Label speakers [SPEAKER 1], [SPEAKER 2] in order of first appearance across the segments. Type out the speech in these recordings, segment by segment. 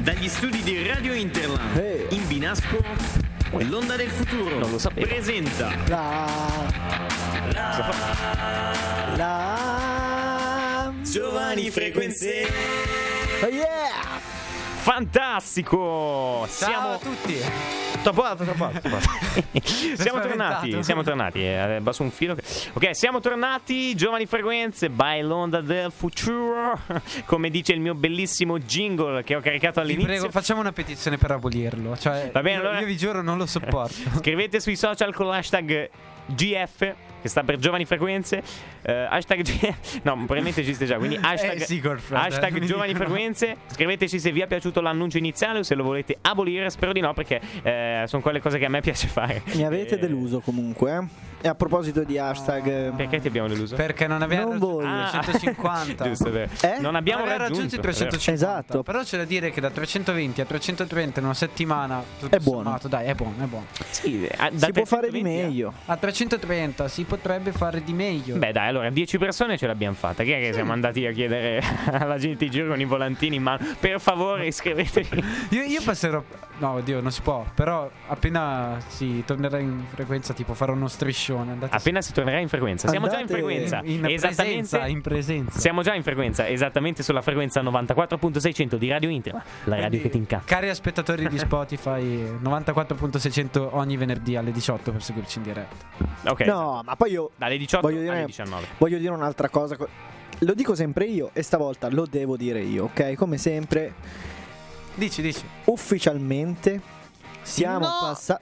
[SPEAKER 1] Dagli studi di Radio Interland in Binasco, l'Onda del Futuro
[SPEAKER 2] non lo sapevo.
[SPEAKER 1] presenta
[SPEAKER 3] La
[SPEAKER 1] Giovani Frequenze.
[SPEAKER 3] Oh yeah!
[SPEAKER 2] Fantastico!
[SPEAKER 4] Ciao a tutti.
[SPEAKER 2] Troppo alto. Siamo tornati. Basso un filo. Ok, siamo tornati. Giovani Frequenze, by l'Onda del Futuro. Come dice il mio bellissimo jingle che ho caricato
[SPEAKER 4] Vi
[SPEAKER 2] all'inizio.
[SPEAKER 4] prego, facciamo una petizione per abolirlo. Cioè,
[SPEAKER 2] Va bene,
[SPEAKER 4] io,
[SPEAKER 2] allora-
[SPEAKER 4] io vi giuro non lo sopporto.
[SPEAKER 2] Scrivete sui social con l'hashtag GF, che sta per Giovani Frequenze. Hashtag GF. No, probabilmente esiste già. Quindi hashtag,
[SPEAKER 4] sì, girlfriend,
[SPEAKER 2] hashtag
[SPEAKER 4] mi
[SPEAKER 2] Giovani
[SPEAKER 4] dicono.
[SPEAKER 2] Frequenze. Scriveteci se vi è piaciuto l'annuncio iniziale o se lo volete abolire. Spero di no, perché sono quelle cose che a me piace fare.
[SPEAKER 3] Mi avete deluso comunque. E a proposito di hashtag,
[SPEAKER 2] Perché ti abbiamo deluso?
[SPEAKER 4] Perché non abbiamo
[SPEAKER 3] Non voglio.
[SPEAKER 4] raggiunto i 350.
[SPEAKER 2] Giusto, è vero.
[SPEAKER 3] Non
[SPEAKER 2] Non abbiamo
[SPEAKER 4] raggiunto i 350.
[SPEAKER 3] Esatto.
[SPEAKER 4] Però c'è da dire che da 320 a 330 in una settimana
[SPEAKER 3] È buono.
[SPEAKER 4] sommato, dai, è buono.
[SPEAKER 2] Sì,
[SPEAKER 3] si può fare di
[SPEAKER 2] 320
[SPEAKER 3] meglio.
[SPEAKER 4] A 330 si potrebbe fare di meglio.
[SPEAKER 2] Beh dai, allora 10 persone ce l'abbiamo fatta. Che è che siamo andati a chiedere alla gente in giro con i volantini in mano? Per favore iscrivetevi.
[SPEAKER 4] Io passerò. No, oddio, non si può. Però appena si tornerà in frequenza, tipo farò uno striscione. Andate
[SPEAKER 2] Appena si tornerà in frequenza. Siamo già in
[SPEAKER 3] Andate
[SPEAKER 2] frequenza.
[SPEAKER 4] in
[SPEAKER 2] Esattamente.
[SPEAKER 4] presenza, in presenza.
[SPEAKER 2] Siamo già in frequenza, esattamente sulla frequenza 94.600 di Radio Interland, la radio che ti incanta.
[SPEAKER 4] Cari spettatori di Spotify, 94.600 ogni venerdì alle 18 per seguirci in diretta.
[SPEAKER 2] Ok.
[SPEAKER 3] No, ma poi io
[SPEAKER 2] Dalle 18
[SPEAKER 3] voglio dire-
[SPEAKER 2] alle 19.
[SPEAKER 3] voglio dire un'altra cosa. Lo dico sempre io e stavolta lo devo dire io, ok? Come sempre,
[SPEAKER 4] Dici.
[SPEAKER 3] ufficialmente siamo
[SPEAKER 2] No!
[SPEAKER 3] passati.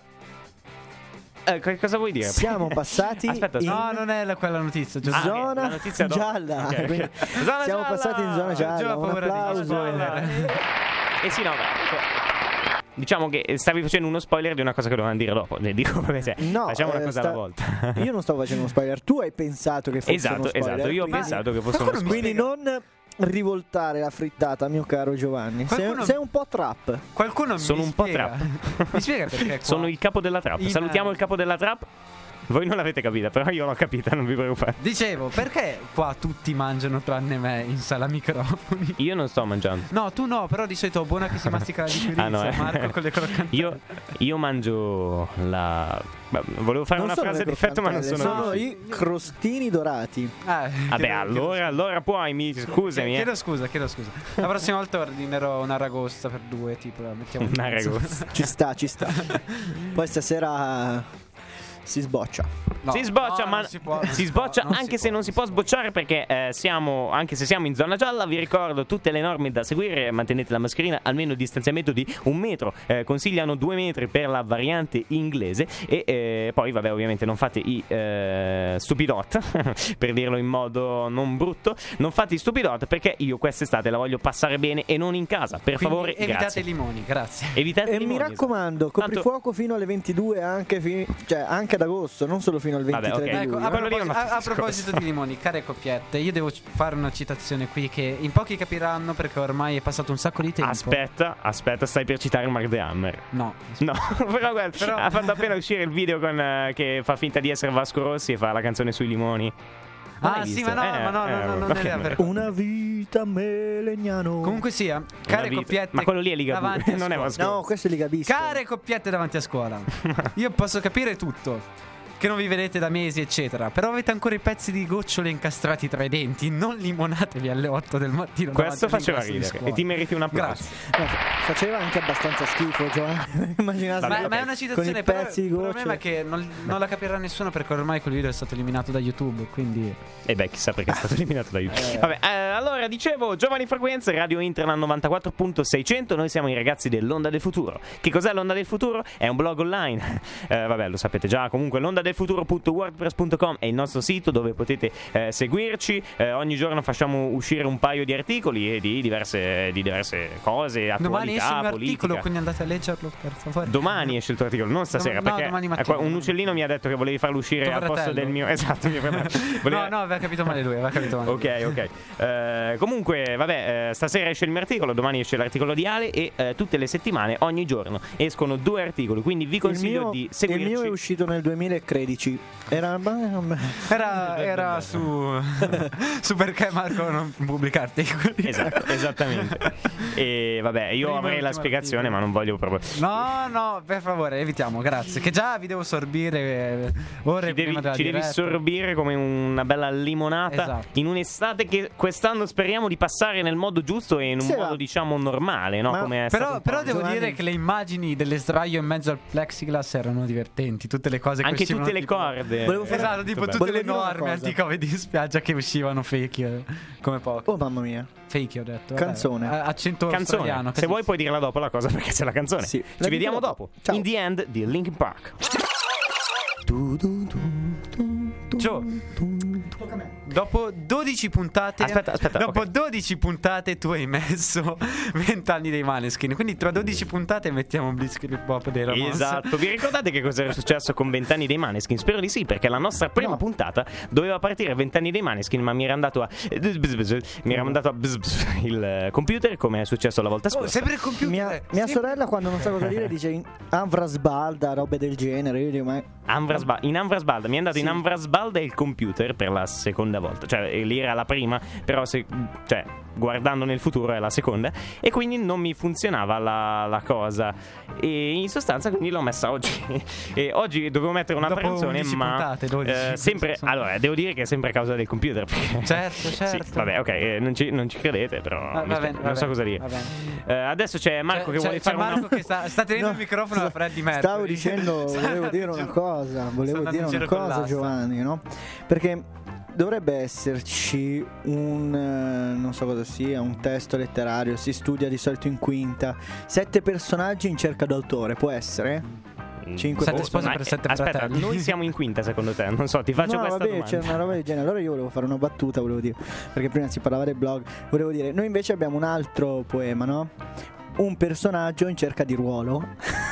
[SPEAKER 2] Cosa vuoi dire?
[SPEAKER 3] Siamo passati
[SPEAKER 2] Aspetta,
[SPEAKER 3] in
[SPEAKER 4] No, non è quella notizia, giusto?
[SPEAKER 2] Ah, ok,
[SPEAKER 3] zona
[SPEAKER 2] la notizia dopo.
[SPEAKER 3] gialla.
[SPEAKER 2] Ok, ok.
[SPEAKER 3] Quindi
[SPEAKER 2] Zona
[SPEAKER 3] siamo
[SPEAKER 2] gialla!
[SPEAKER 3] passati in zona
[SPEAKER 4] Ho già
[SPEAKER 3] gialla. Un
[SPEAKER 4] paura di
[SPEAKER 3] applauso.
[SPEAKER 4] spoiler.
[SPEAKER 2] Sì, no, beh, diciamo che stavi facendo uno spoiler di una cosa che dovevamo dire dopo. Ne dico come se
[SPEAKER 3] No,
[SPEAKER 2] facciamo una cosa alla volta.
[SPEAKER 3] Io non stavo facendo uno spoiler, tu hai pensato che fosse uno spoiler.
[SPEAKER 2] Esatto, io ho
[SPEAKER 3] quindi-
[SPEAKER 2] pensato che fosse uno spoiler.
[SPEAKER 3] Quindi non rivoltare la frittata, mio caro Giovanni.
[SPEAKER 4] Qualcuno-
[SPEAKER 3] Sei un po' trap.
[SPEAKER 4] Qualcuno
[SPEAKER 2] Sono
[SPEAKER 4] mi
[SPEAKER 2] un po'
[SPEAKER 4] spiega. Mi spiega perché qua?
[SPEAKER 2] Sono il capo della trap.
[SPEAKER 4] In-
[SPEAKER 2] Salutiamo il capo della trap. Voi non l'avete capita, però io l'ho capita, non vi preoccupate.
[SPEAKER 4] Dicevo, perché qua tutti mangiano tranne me in sala microfoni?
[SPEAKER 2] Io non sto mangiando.
[SPEAKER 4] No, tu no, però di solito buona che si mastica la liquirizia.
[SPEAKER 2] Ah, no,
[SPEAKER 4] Marco con le croccantelle.
[SPEAKER 2] Io mangio la. Beh, volevo fare
[SPEAKER 3] Non
[SPEAKER 2] una
[SPEAKER 3] sono
[SPEAKER 2] frase
[SPEAKER 3] le
[SPEAKER 2] difetto, ma non
[SPEAKER 3] croccantelle,
[SPEAKER 2] sono.
[SPEAKER 3] sono i crostini dorati.
[SPEAKER 2] Vabbè, allora puoi, scusami.
[SPEAKER 4] Chiedo scusa. La prossima volta ordinerò una ragosta per due, tipo, la mettiamo in
[SPEAKER 2] Una
[SPEAKER 4] mezzo.
[SPEAKER 2] ragosta.
[SPEAKER 3] Ci sta. Poi stasera si sboccia.
[SPEAKER 4] No,
[SPEAKER 2] si sboccia,
[SPEAKER 4] no,
[SPEAKER 2] ma
[SPEAKER 4] non si può,
[SPEAKER 2] si sboccia
[SPEAKER 4] non
[SPEAKER 2] anche
[SPEAKER 4] si
[SPEAKER 2] se
[SPEAKER 4] può.
[SPEAKER 2] non si può sbocciare, perché siamo, anche se siamo in zona gialla, vi ricordo tutte le norme da seguire. Mantenete la mascherina, almeno distanziamento di 1 metro, consigliano 2 metri per la variante inglese. E poi vabbè, ovviamente non fate i stupidot per dirlo in modo non brutto. Non fate i stupidot, perché io quest'estate la voglio passare bene e non in casa, per
[SPEAKER 4] Quindi
[SPEAKER 2] favore.
[SPEAKER 4] evitate
[SPEAKER 2] grazie.
[SPEAKER 4] i limoni, grazie.
[SPEAKER 2] Evitate i
[SPEAKER 3] E mi
[SPEAKER 2] limoni,
[SPEAKER 3] raccomando,
[SPEAKER 2] esatto.
[SPEAKER 3] coprifuoco fino alle 22 anche ad agosto, non solo fino al 23
[SPEAKER 2] Vabbè, ok.
[SPEAKER 3] di
[SPEAKER 4] Ecco,
[SPEAKER 3] luglio.
[SPEAKER 4] a,
[SPEAKER 2] Quello lì è un
[SPEAKER 4] proposito,
[SPEAKER 2] altro
[SPEAKER 4] a proposito di limoni, care coppiette, io devo fare una citazione qui che in pochi capiranno perché ormai è passato un sacco di tempo.
[SPEAKER 2] Aspetta, stai per citare Mark the Hammer.
[SPEAKER 4] No.
[SPEAKER 2] No, però guarda, ha fatto appena uscire il video con che fa finta di essere Vasco Rossi e fa la canzone sui limoni. Non
[SPEAKER 4] Ah
[SPEAKER 2] l'hai
[SPEAKER 4] sì,
[SPEAKER 2] visto?
[SPEAKER 4] ma no, non
[SPEAKER 2] ok.
[SPEAKER 4] era per...
[SPEAKER 3] Una vita melegnano.
[SPEAKER 4] Comunque sia, care
[SPEAKER 2] vita.
[SPEAKER 4] coppiette,
[SPEAKER 2] Ma quello lì è Ligabue,
[SPEAKER 4] davanti a
[SPEAKER 2] non è
[SPEAKER 4] scuola.
[SPEAKER 2] Vasco.
[SPEAKER 3] No, questo è Ligabisco.
[SPEAKER 4] Care coppiette davanti a scuola. Io posso capire tutto, che non vi vedete da mesi eccetera, però avete ancora i pezzi di gocciole incastrati tra i denti. Non limonatevi alle 8 del mattino.
[SPEAKER 2] Questo
[SPEAKER 4] davanti
[SPEAKER 2] faceva
[SPEAKER 4] all'ingresso di
[SPEAKER 2] ridere
[SPEAKER 4] scuola.
[SPEAKER 2] e ti meriti un applauso.
[SPEAKER 4] Grazie.
[SPEAKER 3] No, faceva anche abbastanza schifo, Giovanni. Immaginate
[SPEAKER 2] Vabbè,
[SPEAKER 4] Ma è una
[SPEAKER 3] con
[SPEAKER 4] citazione,
[SPEAKER 3] i
[SPEAKER 4] però
[SPEAKER 3] pezzi di
[SPEAKER 4] il problema
[SPEAKER 3] goccia.
[SPEAKER 4] è che non la capirà nessuno perché ormai quel video è stato eliminato da YouTube, quindi...
[SPEAKER 2] E beh, chissà perché è stato eliminato da YouTube. Vabbè, allora dicevo, Giovani Frequenze, Radio Interland 94.600. Noi siamo i ragazzi dell'Onda del Futuro. Che cos'è l'Onda del Futuro? È un blog online. Vabbè, lo sapete già. Comunque l'ondadelfuturo.wordpress.com è il nostro sito dove potete seguirci. Ogni giorno facciamo uscire un paio di articoli e di diverse cose,
[SPEAKER 4] Domani esce il
[SPEAKER 2] attualità,
[SPEAKER 4] mio
[SPEAKER 2] politica.
[SPEAKER 4] articolo, quindi andate a leggerlo per favore.
[SPEAKER 2] Domani esce il tuo articolo, non stasera,
[SPEAKER 4] No,
[SPEAKER 2] perché
[SPEAKER 4] domani mattina.
[SPEAKER 2] un uccellino mi ha detto che volevi farlo uscire
[SPEAKER 4] Tuo
[SPEAKER 2] al posto
[SPEAKER 4] fratello.
[SPEAKER 2] del mio. Esatto, mio fratello. Voleva-
[SPEAKER 4] No, aveva capito male lui,
[SPEAKER 2] Ok. Comunque, vabbè, stasera esce il mio articolo, domani esce l'articolo di Ale e tutte le settimane, ogni giorno, escono 2 articoli, quindi vi consiglio di seguirci.
[SPEAKER 3] Il mio è uscito nel credici. Era
[SPEAKER 4] su perché Marco non pubblica articoli.
[SPEAKER 2] Esatto, esattamente. E vabbè, io avrei la spiegazione, ma non voglio proprio.
[SPEAKER 4] No, per favore, evitiamo, grazie. Che già vi devo sorbire ore prima della
[SPEAKER 2] Ci devi
[SPEAKER 4] diretta.
[SPEAKER 2] sorbire come una bella limonata,
[SPEAKER 4] Esatto.
[SPEAKER 2] in un'estate che quest'anno speriamo di passare nel modo giusto e in un
[SPEAKER 3] Sì,
[SPEAKER 2] modo
[SPEAKER 3] va.
[SPEAKER 2] diciamo normale, no?
[SPEAKER 3] Ma
[SPEAKER 2] Come è stato un po'.
[SPEAKER 4] Però devo
[SPEAKER 3] Giovanni.
[SPEAKER 4] dire che le immagini delle sdraio in mezzo al plexiglass erano divertenti. Tutte le cose che
[SPEAKER 2] Anche
[SPEAKER 4] uscivano,
[SPEAKER 2] tutte le
[SPEAKER 4] tipo-
[SPEAKER 2] corde.
[SPEAKER 3] Volevo fare-
[SPEAKER 4] Esatto, tipo tutte
[SPEAKER 3] Volevo
[SPEAKER 4] le
[SPEAKER 3] dire una
[SPEAKER 4] norme
[SPEAKER 3] cosa.
[SPEAKER 4] anti-covid in spiaggia che uscivano fake come poco.
[SPEAKER 3] Oh mamma mia.
[SPEAKER 4] Fake ho detto.
[SPEAKER 3] Canzone.
[SPEAKER 4] Accento
[SPEAKER 2] Canzone.
[SPEAKER 4] australiano.
[SPEAKER 2] Se vuoi puoi dirla dopo la cosa perché c'è la canzone.
[SPEAKER 3] Sì.
[SPEAKER 2] Ci
[SPEAKER 3] La
[SPEAKER 2] vediamo
[SPEAKER 3] dico
[SPEAKER 2] dopo.
[SPEAKER 3] dopo. Ciao.
[SPEAKER 2] In the End di Linkin Park.
[SPEAKER 4] Dopo 12 puntate
[SPEAKER 2] Aspetta,
[SPEAKER 4] dopo
[SPEAKER 2] ok.
[SPEAKER 4] 12 puntate tu hai messo 20 anni dei Maneskin. Quindi tra 12 puntate mettiamo un Blitzkrieg Pop dei Ramones.
[SPEAKER 2] Esatto, vi ricordate che cosa era successo con 20 anni dei Maneskin? Spero di sì, perché la nostra prima puntata doveva partire 20 anni dei Maneskin, ma mi era andato a il computer, come è successo la volta scorsa.
[SPEAKER 4] Sempre il computer.
[SPEAKER 3] Mia
[SPEAKER 4] Sempre-
[SPEAKER 3] sorella quando non sa cosa dire dice Anvrasbalda, robe del genere. Io dico, ma
[SPEAKER 2] In Anvrasbalda mi è andato in Anvrasbalda il computer per la seconda volta, cioè lì era la prima, però guardando nel futuro è la seconda, e quindi non mi funzionava la cosa, e in sostanza quindi l'ho messa oggi. E oggi dovevo mettere un'altra
[SPEAKER 4] Dopo
[SPEAKER 2] canzone,
[SPEAKER 4] 11
[SPEAKER 2] ma
[SPEAKER 4] puntate, 12.
[SPEAKER 2] sempre, allora devo dire che è sempre a causa del computer, perché
[SPEAKER 4] Certo.
[SPEAKER 2] sì, vabbè, ok, non ci credete, però non so cosa dire. Adesso c'è Marco che vuole fare
[SPEAKER 4] Marco
[SPEAKER 2] una...
[SPEAKER 4] che sta tenendo il microfono a Freddy Mercury.
[SPEAKER 3] stavo dicendo, volevo dire una cosa. Volevo dire una cosa, Giovanni, no? Perché dovrebbe esserci non so cosa sia, un testo letterario. Si studia di solito in quinta. 7 personaggi in cerca d'autore, può essere? 5
[SPEAKER 4] Sette spose per 7
[SPEAKER 2] Aspetta,
[SPEAKER 4] fratelli.
[SPEAKER 2] noi siamo in quinta secondo te? Non so, ti faccio
[SPEAKER 3] No,
[SPEAKER 2] questa
[SPEAKER 3] vabbè,
[SPEAKER 2] domanda.
[SPEAKER 3] c'è una roba del genere. Allora io volevo fare una battuta, volevo dire, perché prima si parlava del blog. Volevo dire, noi invece abbiamo un altro poema, no? Un personaggio in cerca di ruolo.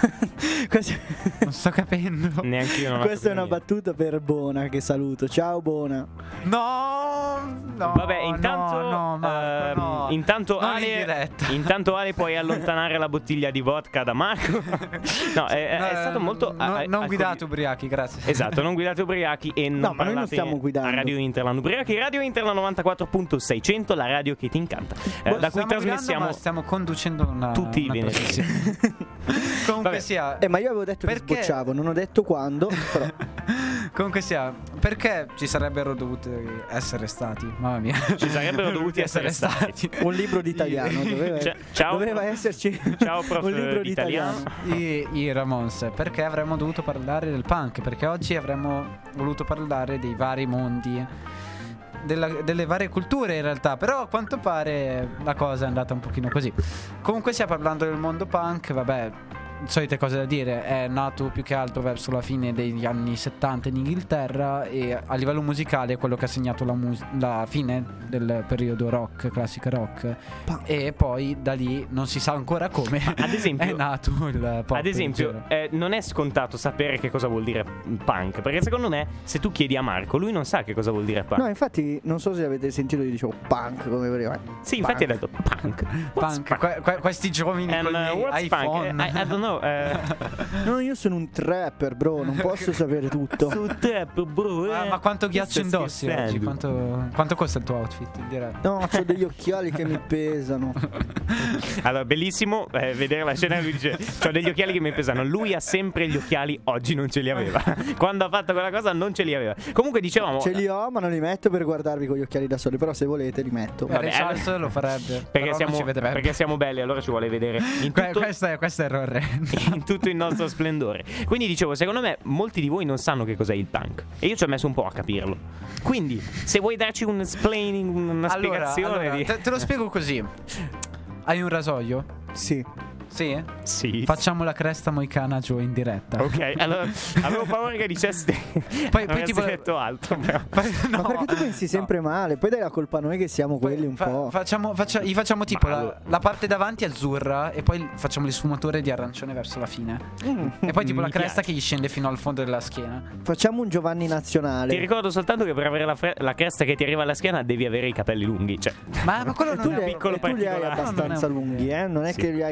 [SPEAKER 4] Non sto capendo.
[SPEAKER 2] Neanche io non ho
[SPEAKER 3] Questa è una
[SPEAKER 2] capito
[SPEAKER 3] battuta per Bona, che saluto. Ciao Bona.
[SPEAKER 4] No.
[SPEAKER 2] Vabbè, intanto,
[SPEAKER 4] no, Marco, no.
[SPEAKER 2] intanto
[SPEAKER 4] Non in
[SPEAKER 2] Ale,
[SPEAKER 4] diretta.
[SPEAKER 2] intanto Ale puoi allontanare la bottiglia di vodka da Marco. No, è stato molto.
[SPEAKER 4] Non guidate ubriachi, grazie.
[SPEAKER 2] Esatto, non guidate ubriachi e non
[SPEAKER 3] No, ma noi non
[SPEAKER 2] parlate
[SPEAKER 3] stiamo guidando.
[SPEAKER 2] a Radio Interland ubriachi. Radio Interland 94.600, la radio che ti incanta, da cui
[SPEAKER 4] Stiamo
[SPEAKER 2] trasmettiamo
[SPEAKER 4] guidando, ma stiamo conducendo una
[SPEAKER 2] tutti i
[SPEAKER 4] una
[SPEAKER 2] venerdì.
[SPEAKER 4] trasmissione. Comunque
[SPEAKER 2] Vabbè.
[SPEAKER 4] sia.
[SPEAKER 3] Ma io avevo detto
[SPEAKER 4] Perché?
[SPEAKER 3] che sbocciavo, non ho detto quando, però.
[SPEAKER 4] Comunque sia, perché ci sarebbero dovuti essere stati? Mamma mia.
[SPEAKER 2] Ci sarebbero dovuti essere stati.
[SPEAKER 3] Un libro di italiano doveva esserci.
[SPEAKER 2] Ciao, prof
[SPEAKER 3] un libro di
[SPEAKER 2] italiano.
[SPEAKER 4] I Ramones. Perché avremmo dovuto parlare del punk? Perché oggi avremmo voluto parlare dei vari mondi, delle varie culture in realtà. Però a quanto pare la cosa è andata un pochino così. Comunque sia, parlando del mondo punk, vabbè, solite cose da dire. È nato più che altro verso la fine degli anni 70 in Inghilterra, e a livello musicale è quello che ha segnato la fine del periodo rock, classica rock. E poi da lì non si sa ancora come
[SPEAKER 2] ad esempio,
[SPEAKER 4] è nato il pop.
[SPEAKER 2] ad esempio, non è scontato sapere che cosa vuol dire punk, perché secondo me se tu chiedi a Marco, lui non sa che cosa vuol dire punk.
[SPEAKER 3] No, infatti non so se avete sentito, io dicevo punk come prima.
[SPEAKER 2] Sì, infatti ha detto punk. What's
[SPEAKER 4] Punk. Questi giovani con
[SPEAKER 2] what's
[SPEAKER 4] iPhone.
[SPEAKER 2] punk? I don't know.
[SPEAKER 3] No, io sono un trapper, bro, non posso sapere tutto.
[SPEAKER 2] Su trap, bro.
[SPEAKER 4] Ma quanto ghiaccio
[SPEAKER 2] Sto
[SPEAKER 4] indossi oggi?
[SPEAKER 2] scherzando.
[SPEAKER 4] Quanto costa il tuo outfit in diretta?
[SPEAKER 3] No, ho degli occhiali che mi pesano.
[SPEAKER 2] Allora, bellissimo vedere la scena. Lui dice: c'ho degli occhiali che mi pesano. Lui ha sempre gli occhiali, oggi non ce li aveva. Quando ha fatto quella cosa non ce li aveva. Comunque dicevamo,
[SPEAKER 3] Ce li ho, ma non li metto per guardarvi con gli occhiali da sole. Però se volete li metto.
[SPEAKER 2] Vabbè,
[SPEAKER 4] Charles lo farebbe. però non ci vedrebbe.
[SPEAKER 2] perché siamo belli, allora ci vuole vedere in tutto,
[SPEAKER 4] Questo è orrendo.
[SPEAKER 2] in tutto il nostro splendore. Quindi dicevo, secondo me molti di voi non sanno che cos'è il punk, e io ci ho messo un po' a capirlo. Quindi se vuoi darci un explaining, una spiegazione
[SPEAKER 4] allora,
[SPEAKER 2] di...
[SPEAKER 4] te lo spiego così. Hai un rasoio?
[SPEAKER 3] Sì.
[SPEAKER 4] Sì?
[SPEAKER 2] Sì.
[SPEAKER 4] Facciamo la cresta moicana giù in diretta.
[SPEAKER 2] Ok, allora avevo paura che dicessi
[SPEAKER 4] Poi
[SPEAKER 2] avessi
[SPEAKER 4] tipo
[SPEAKER 2] detto altro, però.
[SPEAKER 3] Ma perché tu pensi sempre male? Poi dai la colpa a noi che siamo quelli un po'.
[SPEAKER 4] Gli facciamo tipo
[SPEAKER 2] Ma
[SPEAKER 4] la parte davanti azzurra, e poi facciamo le sfumature di arancione verso la fine. E poi tipo la
[SPEAKER 2] Mi
[SPEAKER 4] cresta
[SPEAKER 2] piace.
[SPEAKER 4] che gli scende fino al fondo della schiena.
[SPEAKER 3] Facciamo un Giovanni nazionale.
[SPEAKER 2] Ti ricordo soltanto che per avere la cresta che ti arriva alla schiena devi avere i capelli lunghi, cioè
[SPEAKER 4] Ma quello
[SPEAKER 3] E
[SPEAKER 4] non
[SPEAKER 3] tu
[SPEAKER 4] è
[SPEAKER 3] li
[SPEAKER 4] un
[SPEAKER 3] hai,
[SPEAKER 2] piccolo
[SPEAKER 3] e tu li hai
[SPEAKER 2] particolare.
[SPEAKER 3] abbastanza
[SPEAKER 4] Non è un
[SPEAKER 3] lunghi, non è
[SPEAKER 2] Sì.
[SPEAKER 3] che li hai così
[SPEAKER 4] No,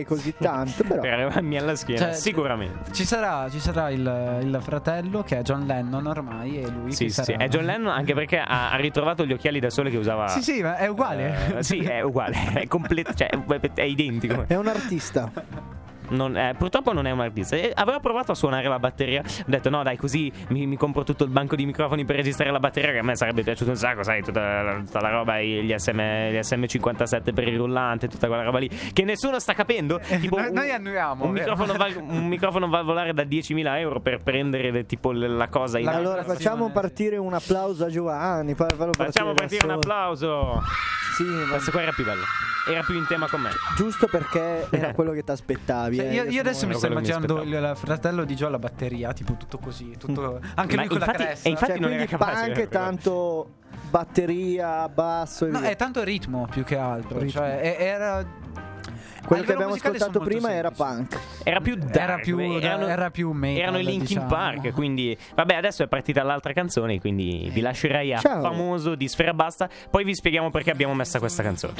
[SPEAKER 3] tanto, però.
[SPEAKER 2] Per arrivarmi alla schiena,
[SPEAKER 4] Cioè,
[SPEAKER 2] sicuramente.
[SPEAKER 4] Ci sarà il fratello che è John Lennon ormai, e lui
[SPEAKER 2] Sì,
[SPEAKER 4] che
[SPEAKER 2] sì,
[SPEAKER 4] sarà...
[SPEAKER 2] è John Lennon, anche perché ha ritrovato gli occhiali da sole che usava.
[SPEAKER 4] Sì, ma è uguale.
[SPEAKER 2] Sì, è uguale, è completo, cioè è identico.
[SPEAKER 3] È un artista.
[SPEAKER 2] Purtroppo non è un artista. Aveva provato a suonare la batteria. Ho detto no, dai, così mi compro tutto il banco di microfoni per registrare la batteria, che a me sarebbe piaciuto un sacco, sai, tutta la roba, gli SM57 per il rullante, tutta quella roba lì che nessuno sta capendo. Tipo
[SPEAKER 4] noi annuiamo.
[SPEAKER 2] un microfono valvolare da 10.000 euro per prendere tipo la cosa in
[SPEAKER 3] Allora facciamo partire un applauso a Giovanni.
[SPEAKER 2] Facciamo partire un applauso.
[SPEAKER 3] Sì, ma
[SPEAKER 2] questo qua era più bello, era più in tema con me.
[SPEAKER 3] giusto perché era quello che ti aspettavi.
[SPEAKER 4] Io adesso mi sto
[SPEAKER 2] quello che mi
[SPEAKER 4] immaginando il fratello di Joe alla batteria, tipo tutto così, tutto... anche
[SPEAKER 2] Ma
[SPEAKER 4] lui con la
[SPEAKER 2] infatti-
[SPEAKER 4] cresta.
[SPEAKER 2] e infatti
[SPEAKER 3] Cioè,
[SPEAKER 2] non era
[SPEAKER 3] quindi
[SPEAKER 2] capace.
[SPEAKER 3] anche tanto batteria, basso e
[SPEAKER 4] No,
[SPEAKER 3] via.
[SPEAKER 4] è tanto ritmo più che altro.
[SPEAKER 3] Ritmo.
[SPEAKER 4] Cioè, era...
[SPEAKER 3] Quello
[SPEAKER 4] a
[SPEAKER 3] che
[SPEAKER 4] livello
[SPEAKER 3] abbiamo
[SPEAKER 4] musicale
[SPEAKER 3] ascoltato
[SPEAKER 4] sono molto
[SPEAKER 3] prima era
[SPEAKER 4] semplici.
[SPEAKER 3] punk.
[SPEAKER 2] Era più dark,
[SPEAKER 4] Era più metal,
[SPEAKER 2] erano i Linkin
[SPEAKER 4] diciamo.
[SPEAKER 2] Park, quindi vabbè, adesso è partita l'altra canzone, quindi vi lascerei a
[SPEAKER 3] Ciao.
[SPEAKER 2] Famoso di Sfera Basta, poi vi spieghiamo perché abbiamo messo questa canzone.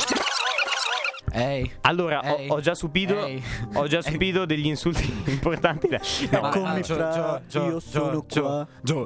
[SPEAKER 4] Ehi.
[SPEAKER 2] Allora,
[SPEAKER 4] Ehi.
[SPEAKER 2] ho già subito
[SPEAKER 4] Ehi.
[SPEAKER 2] degli insulti importanti. No,
[SPEAKER 4] Ma-
[SPEAKER 3] Come
[SPEAKER 4] Gio,
[SPEAKER 3] io sono qua.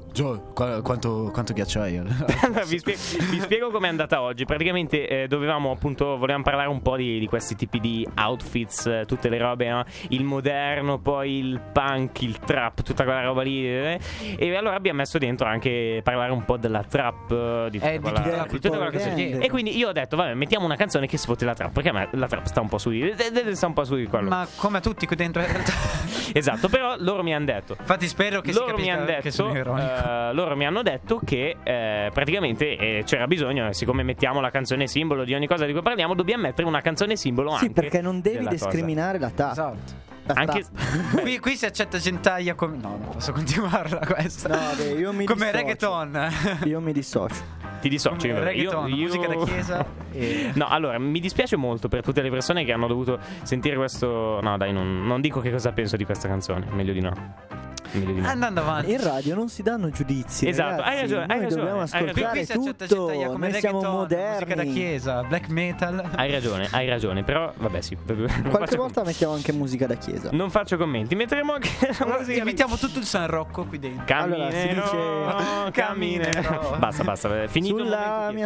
[SPEAKER 4] quanto ghiacciaio.
[SPEAKER 2] Allora, vi spiego com'è andata oggi. Praticamente volevamo parlare un po' di questi tipi di outfits, tutte le robe, no? Il moderno, poi il punk, il trap, tutta quella roba lì. E allora abbiamo messo dentro anche parlare un po' della trap, di tutta quella cosa lì. E quindi io ho detto, vabbè, mettiamo una canzone che sfotte la trap, perché a me la trap sta un po' su quello.
[SPEAKER 4] Ma come a tutti qui dentro in realtà.
[SPEAKER 2] Esatto, però loro mi hanno detto.
[SPEAKER 4] Infatti spero che
[SPEAKER 2] Loro
[SPEAKER 4] si
[SPEAKER 2] mi hanno
[SPEAKER 4] capisca che sono ironico.
[SPEAKER 2] loro mi hanno detto che praticamente c'era bisogno, siccome mettiamo la canzone simbolo di ogni cosa di cui parliamo, dobbiamo mettere una canzone simbolo
[SPEAKER 3] Sì,
[SPEAKER 2] anche
[SPEAKER 3] perché non devi
[SPEAKER 2] della cosa.
[SPEAKER 3] discriminare la tap.
[SPEAKER 4] Esatto.
[SPEAKER 3] La
[SPEAKER 2] Anche
[SPEAKER 3] trap.
[SPEAKER 4] Qui si accetta gentaglia come... No, non posso continuarla questa.
[SPEAKER 3] No, beh, io mi
[SPEAKER 4] come
[SPEAKER 3] dissocio.
[SPEAKER 4] reggaeton.
[SPEAKER 3] Io mi dissocio.
[SPEAKER 2] ti dissoci.
[SPEAKER 4] Come reggaeton, musica da chiesa e...
[SPEAKER 2] No, allora, mi dispiace molto per tutte le persone che hanno dovuto sentire questo. No, dai, non dico che cosa penso di questa canzone. Meglio di no.
[SPEAKER 4] Andando avanti.
[SPEAKER 3] In radio non si danno giudizi.
[SPEAKER 2] Esatto,
[SPEAKER 3] ragazzi.
[SPEAKER 2] hai ragione,
[SPEAKER 3] Noi
[SPEAKER 2] hai ragione,
[SPEAKER 3] dobbiamo
[SPEAKER 2] hai ragione.
[SPEAKER 3] ascoltare
[SPEAKER 4] Qui si accetta
[SPEAKER 3] tutto.
[SPEAKER 4] gentaglia come
[SPEAKER 3] Noi siamo
[SPEAKER 4] reggaeton,
[SPEAKER 3] moderni.
[SPEAKER 4] musica da chiesa, black metal.
[SPEAKER 2] Hai ragione, però vabbè, sì.
[SPEAKER 3] Qualche volta mettiamo anche musica da chiesa.
[SPEAKER 2] Non faccio commenti. Metteremo anche la musica.
[SPEAKER 4] Invitiamo tutto il San Rocco qui dentro.
[SPEAKER 3] Allora, si
[SPEAKER 2] Camminero,
[SPEAKER 4] Camminero.
[SPEAKER 2] Basta, finito il
[SPEAKER 3] Sulla
[SPEAKER 2] momento.
[SPEAKER 3] mia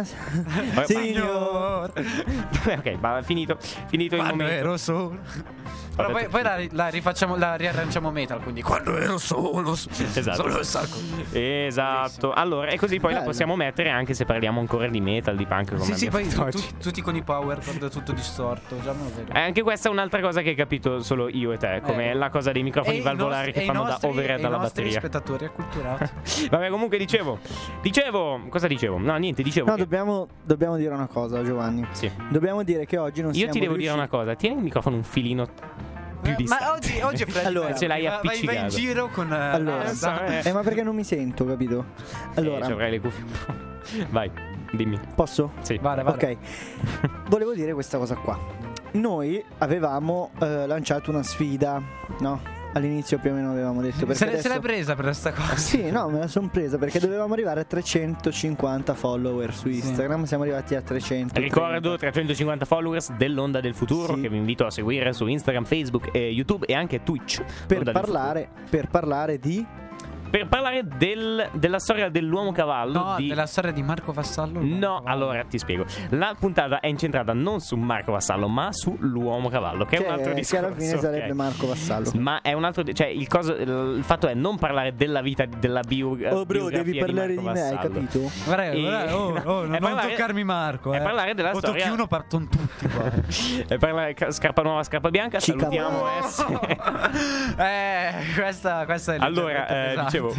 [SPEAKER 2] Signor. Ok, va, finito il
[SPEAKER 4] Quando
[SPEAKER 2] momento.
[SPEAKER 4] ero solo. Però poi la rifacciamo, la riarranciamo metal, quindi quando ero solo.
[SPEAKER 2] Esatto.
[SPEAKER 4] Solo il sacco.
[SPEAKER 2] Esatto. Allora, e così poi la
[SPEAKER 3] Bello.
[SPEAKER 2] possiamo mettere anche se parliamo ancora di metal, di punk, come
[SPEAKER 4] Sì,
[SPEAKER 2] abbiamo
[SPEAKER 4] poi
[SPEAKER 2] fatto oggi.
[SPEAKER 4] tutti con i power chord tutto distorto. Già me lo vedo.
[SPEAKER 2] Anche questa è un'altra cosa che hai capito solo io e te, come la cosa dei microfoni valvolari che fanno da overhead alla batteria.
[SPEAKER 4] Spettatori acculturati.
[SPEAKER 2] Vabbè, comunque dicevo, cosa dicevo? No, niente, dicevo
[SPEAKER 3] No,
[SPEAKER 2] che-
[SPEAKER 3] dobbiamo dire una cosa, Giovanni.
[SPEAKER 2] Sì.
[SPEAKER 3] Dobbiamo dire che oggi non
[SPEAKER 2] Io
[SPEAKER 3] siamo
[SPEAKER 2] ti devo dire
[SPEAKER 3] riusciti-
[SPEAKER 2] una cosa, tieni il microfono un filino più distante.
[SPEAKER 4] Ma oggi è freddo.
[SPEAKER 3] Allora,
[SPEAKER 2] ce l'hai
[SPEAKER 4] vai in
[SPEAKER 2] appiccicato.
[SPEAKER 4] giro con
[SPEAKER 3] Allora, ma perché non mi sento, capito? Allora,
[SPEAKER 2] ci avrai le cuffie. Vai, dimmi.
[SPEAKER 3] posso?
[SPEAKER 2] Sì.
[SPEAKER 4] Vale.
[SPEAKER 3] Ok. Volevo dire questa cosa qua. Noi avevamo lanciato una sfida, no? All'inizio più o meno avevamo detto perché
[SPEAKER 4] Se l'hai
[SPEAKER 3] adesso...
[SPEAKER 4] presa per questa cosa.
[SPEAKER 3] Sì, no, me la sono presa perché dovevamo arrivare a 350 follower su Instagram. Siamo arrivati a 300.
[SPEAKER 2] Ricordo 350 followers dell'Onda del Futuro,
[SPEAKER 3] Sì.
[SPEAKER 2] che vi invito a seguire su Instagram, Facebook, e YouTube e anche Twitch.
[SPEAKER 3] per
[SPEAKER 2] Onda del
[SPEAKER 3] parlare di
[SPEAKER 2] Futuro. Per parlare della storia dell'uomo cavallo.
[SPEAKER 4] No, della storia di Marco Vassallo.
[SPEAKER 2] No, allora ti spiego. La puntata è incentrata non su Marco Vassallo, ma sull'uomo cavallo, che è un altro discorso.
[SPEAKER 3] che alla fine sarebbe
[SPEAKER 2] ok?
[SPEAKER 3] Marco Vassallo.
[SPEAKER 2] Ma è un altro. Cioè, il fatto è non parlare della vita, della
[SPEAKER 3] Oh bro, devi parlare di me, hai
[SPEAKER 2] Vassallo.
[SPEAKER 3] capito?
[SPEAKER 4] Guarda, non
[SPEAKER 2] è parlare-
[SPEAKER 4] toccarmi Marco.
[SPEAKER 2] è parlare della
[SPEAKER 4] o
[SPEAKER 2] storia.
[SPEAKER 4] tocchi uno, partono tutti qua.
[SPEAKER 2] E parlare scarpa nuova, scarpa bianca.
[SPEAKER 3] Cica
[SPEAKER 2] Salutiamo
[SPEAKER 3] buona.
[SPEAKER 2] S.
[SPEAKER 4] Questa è
[SPEAKER 2] Allora, dicevo,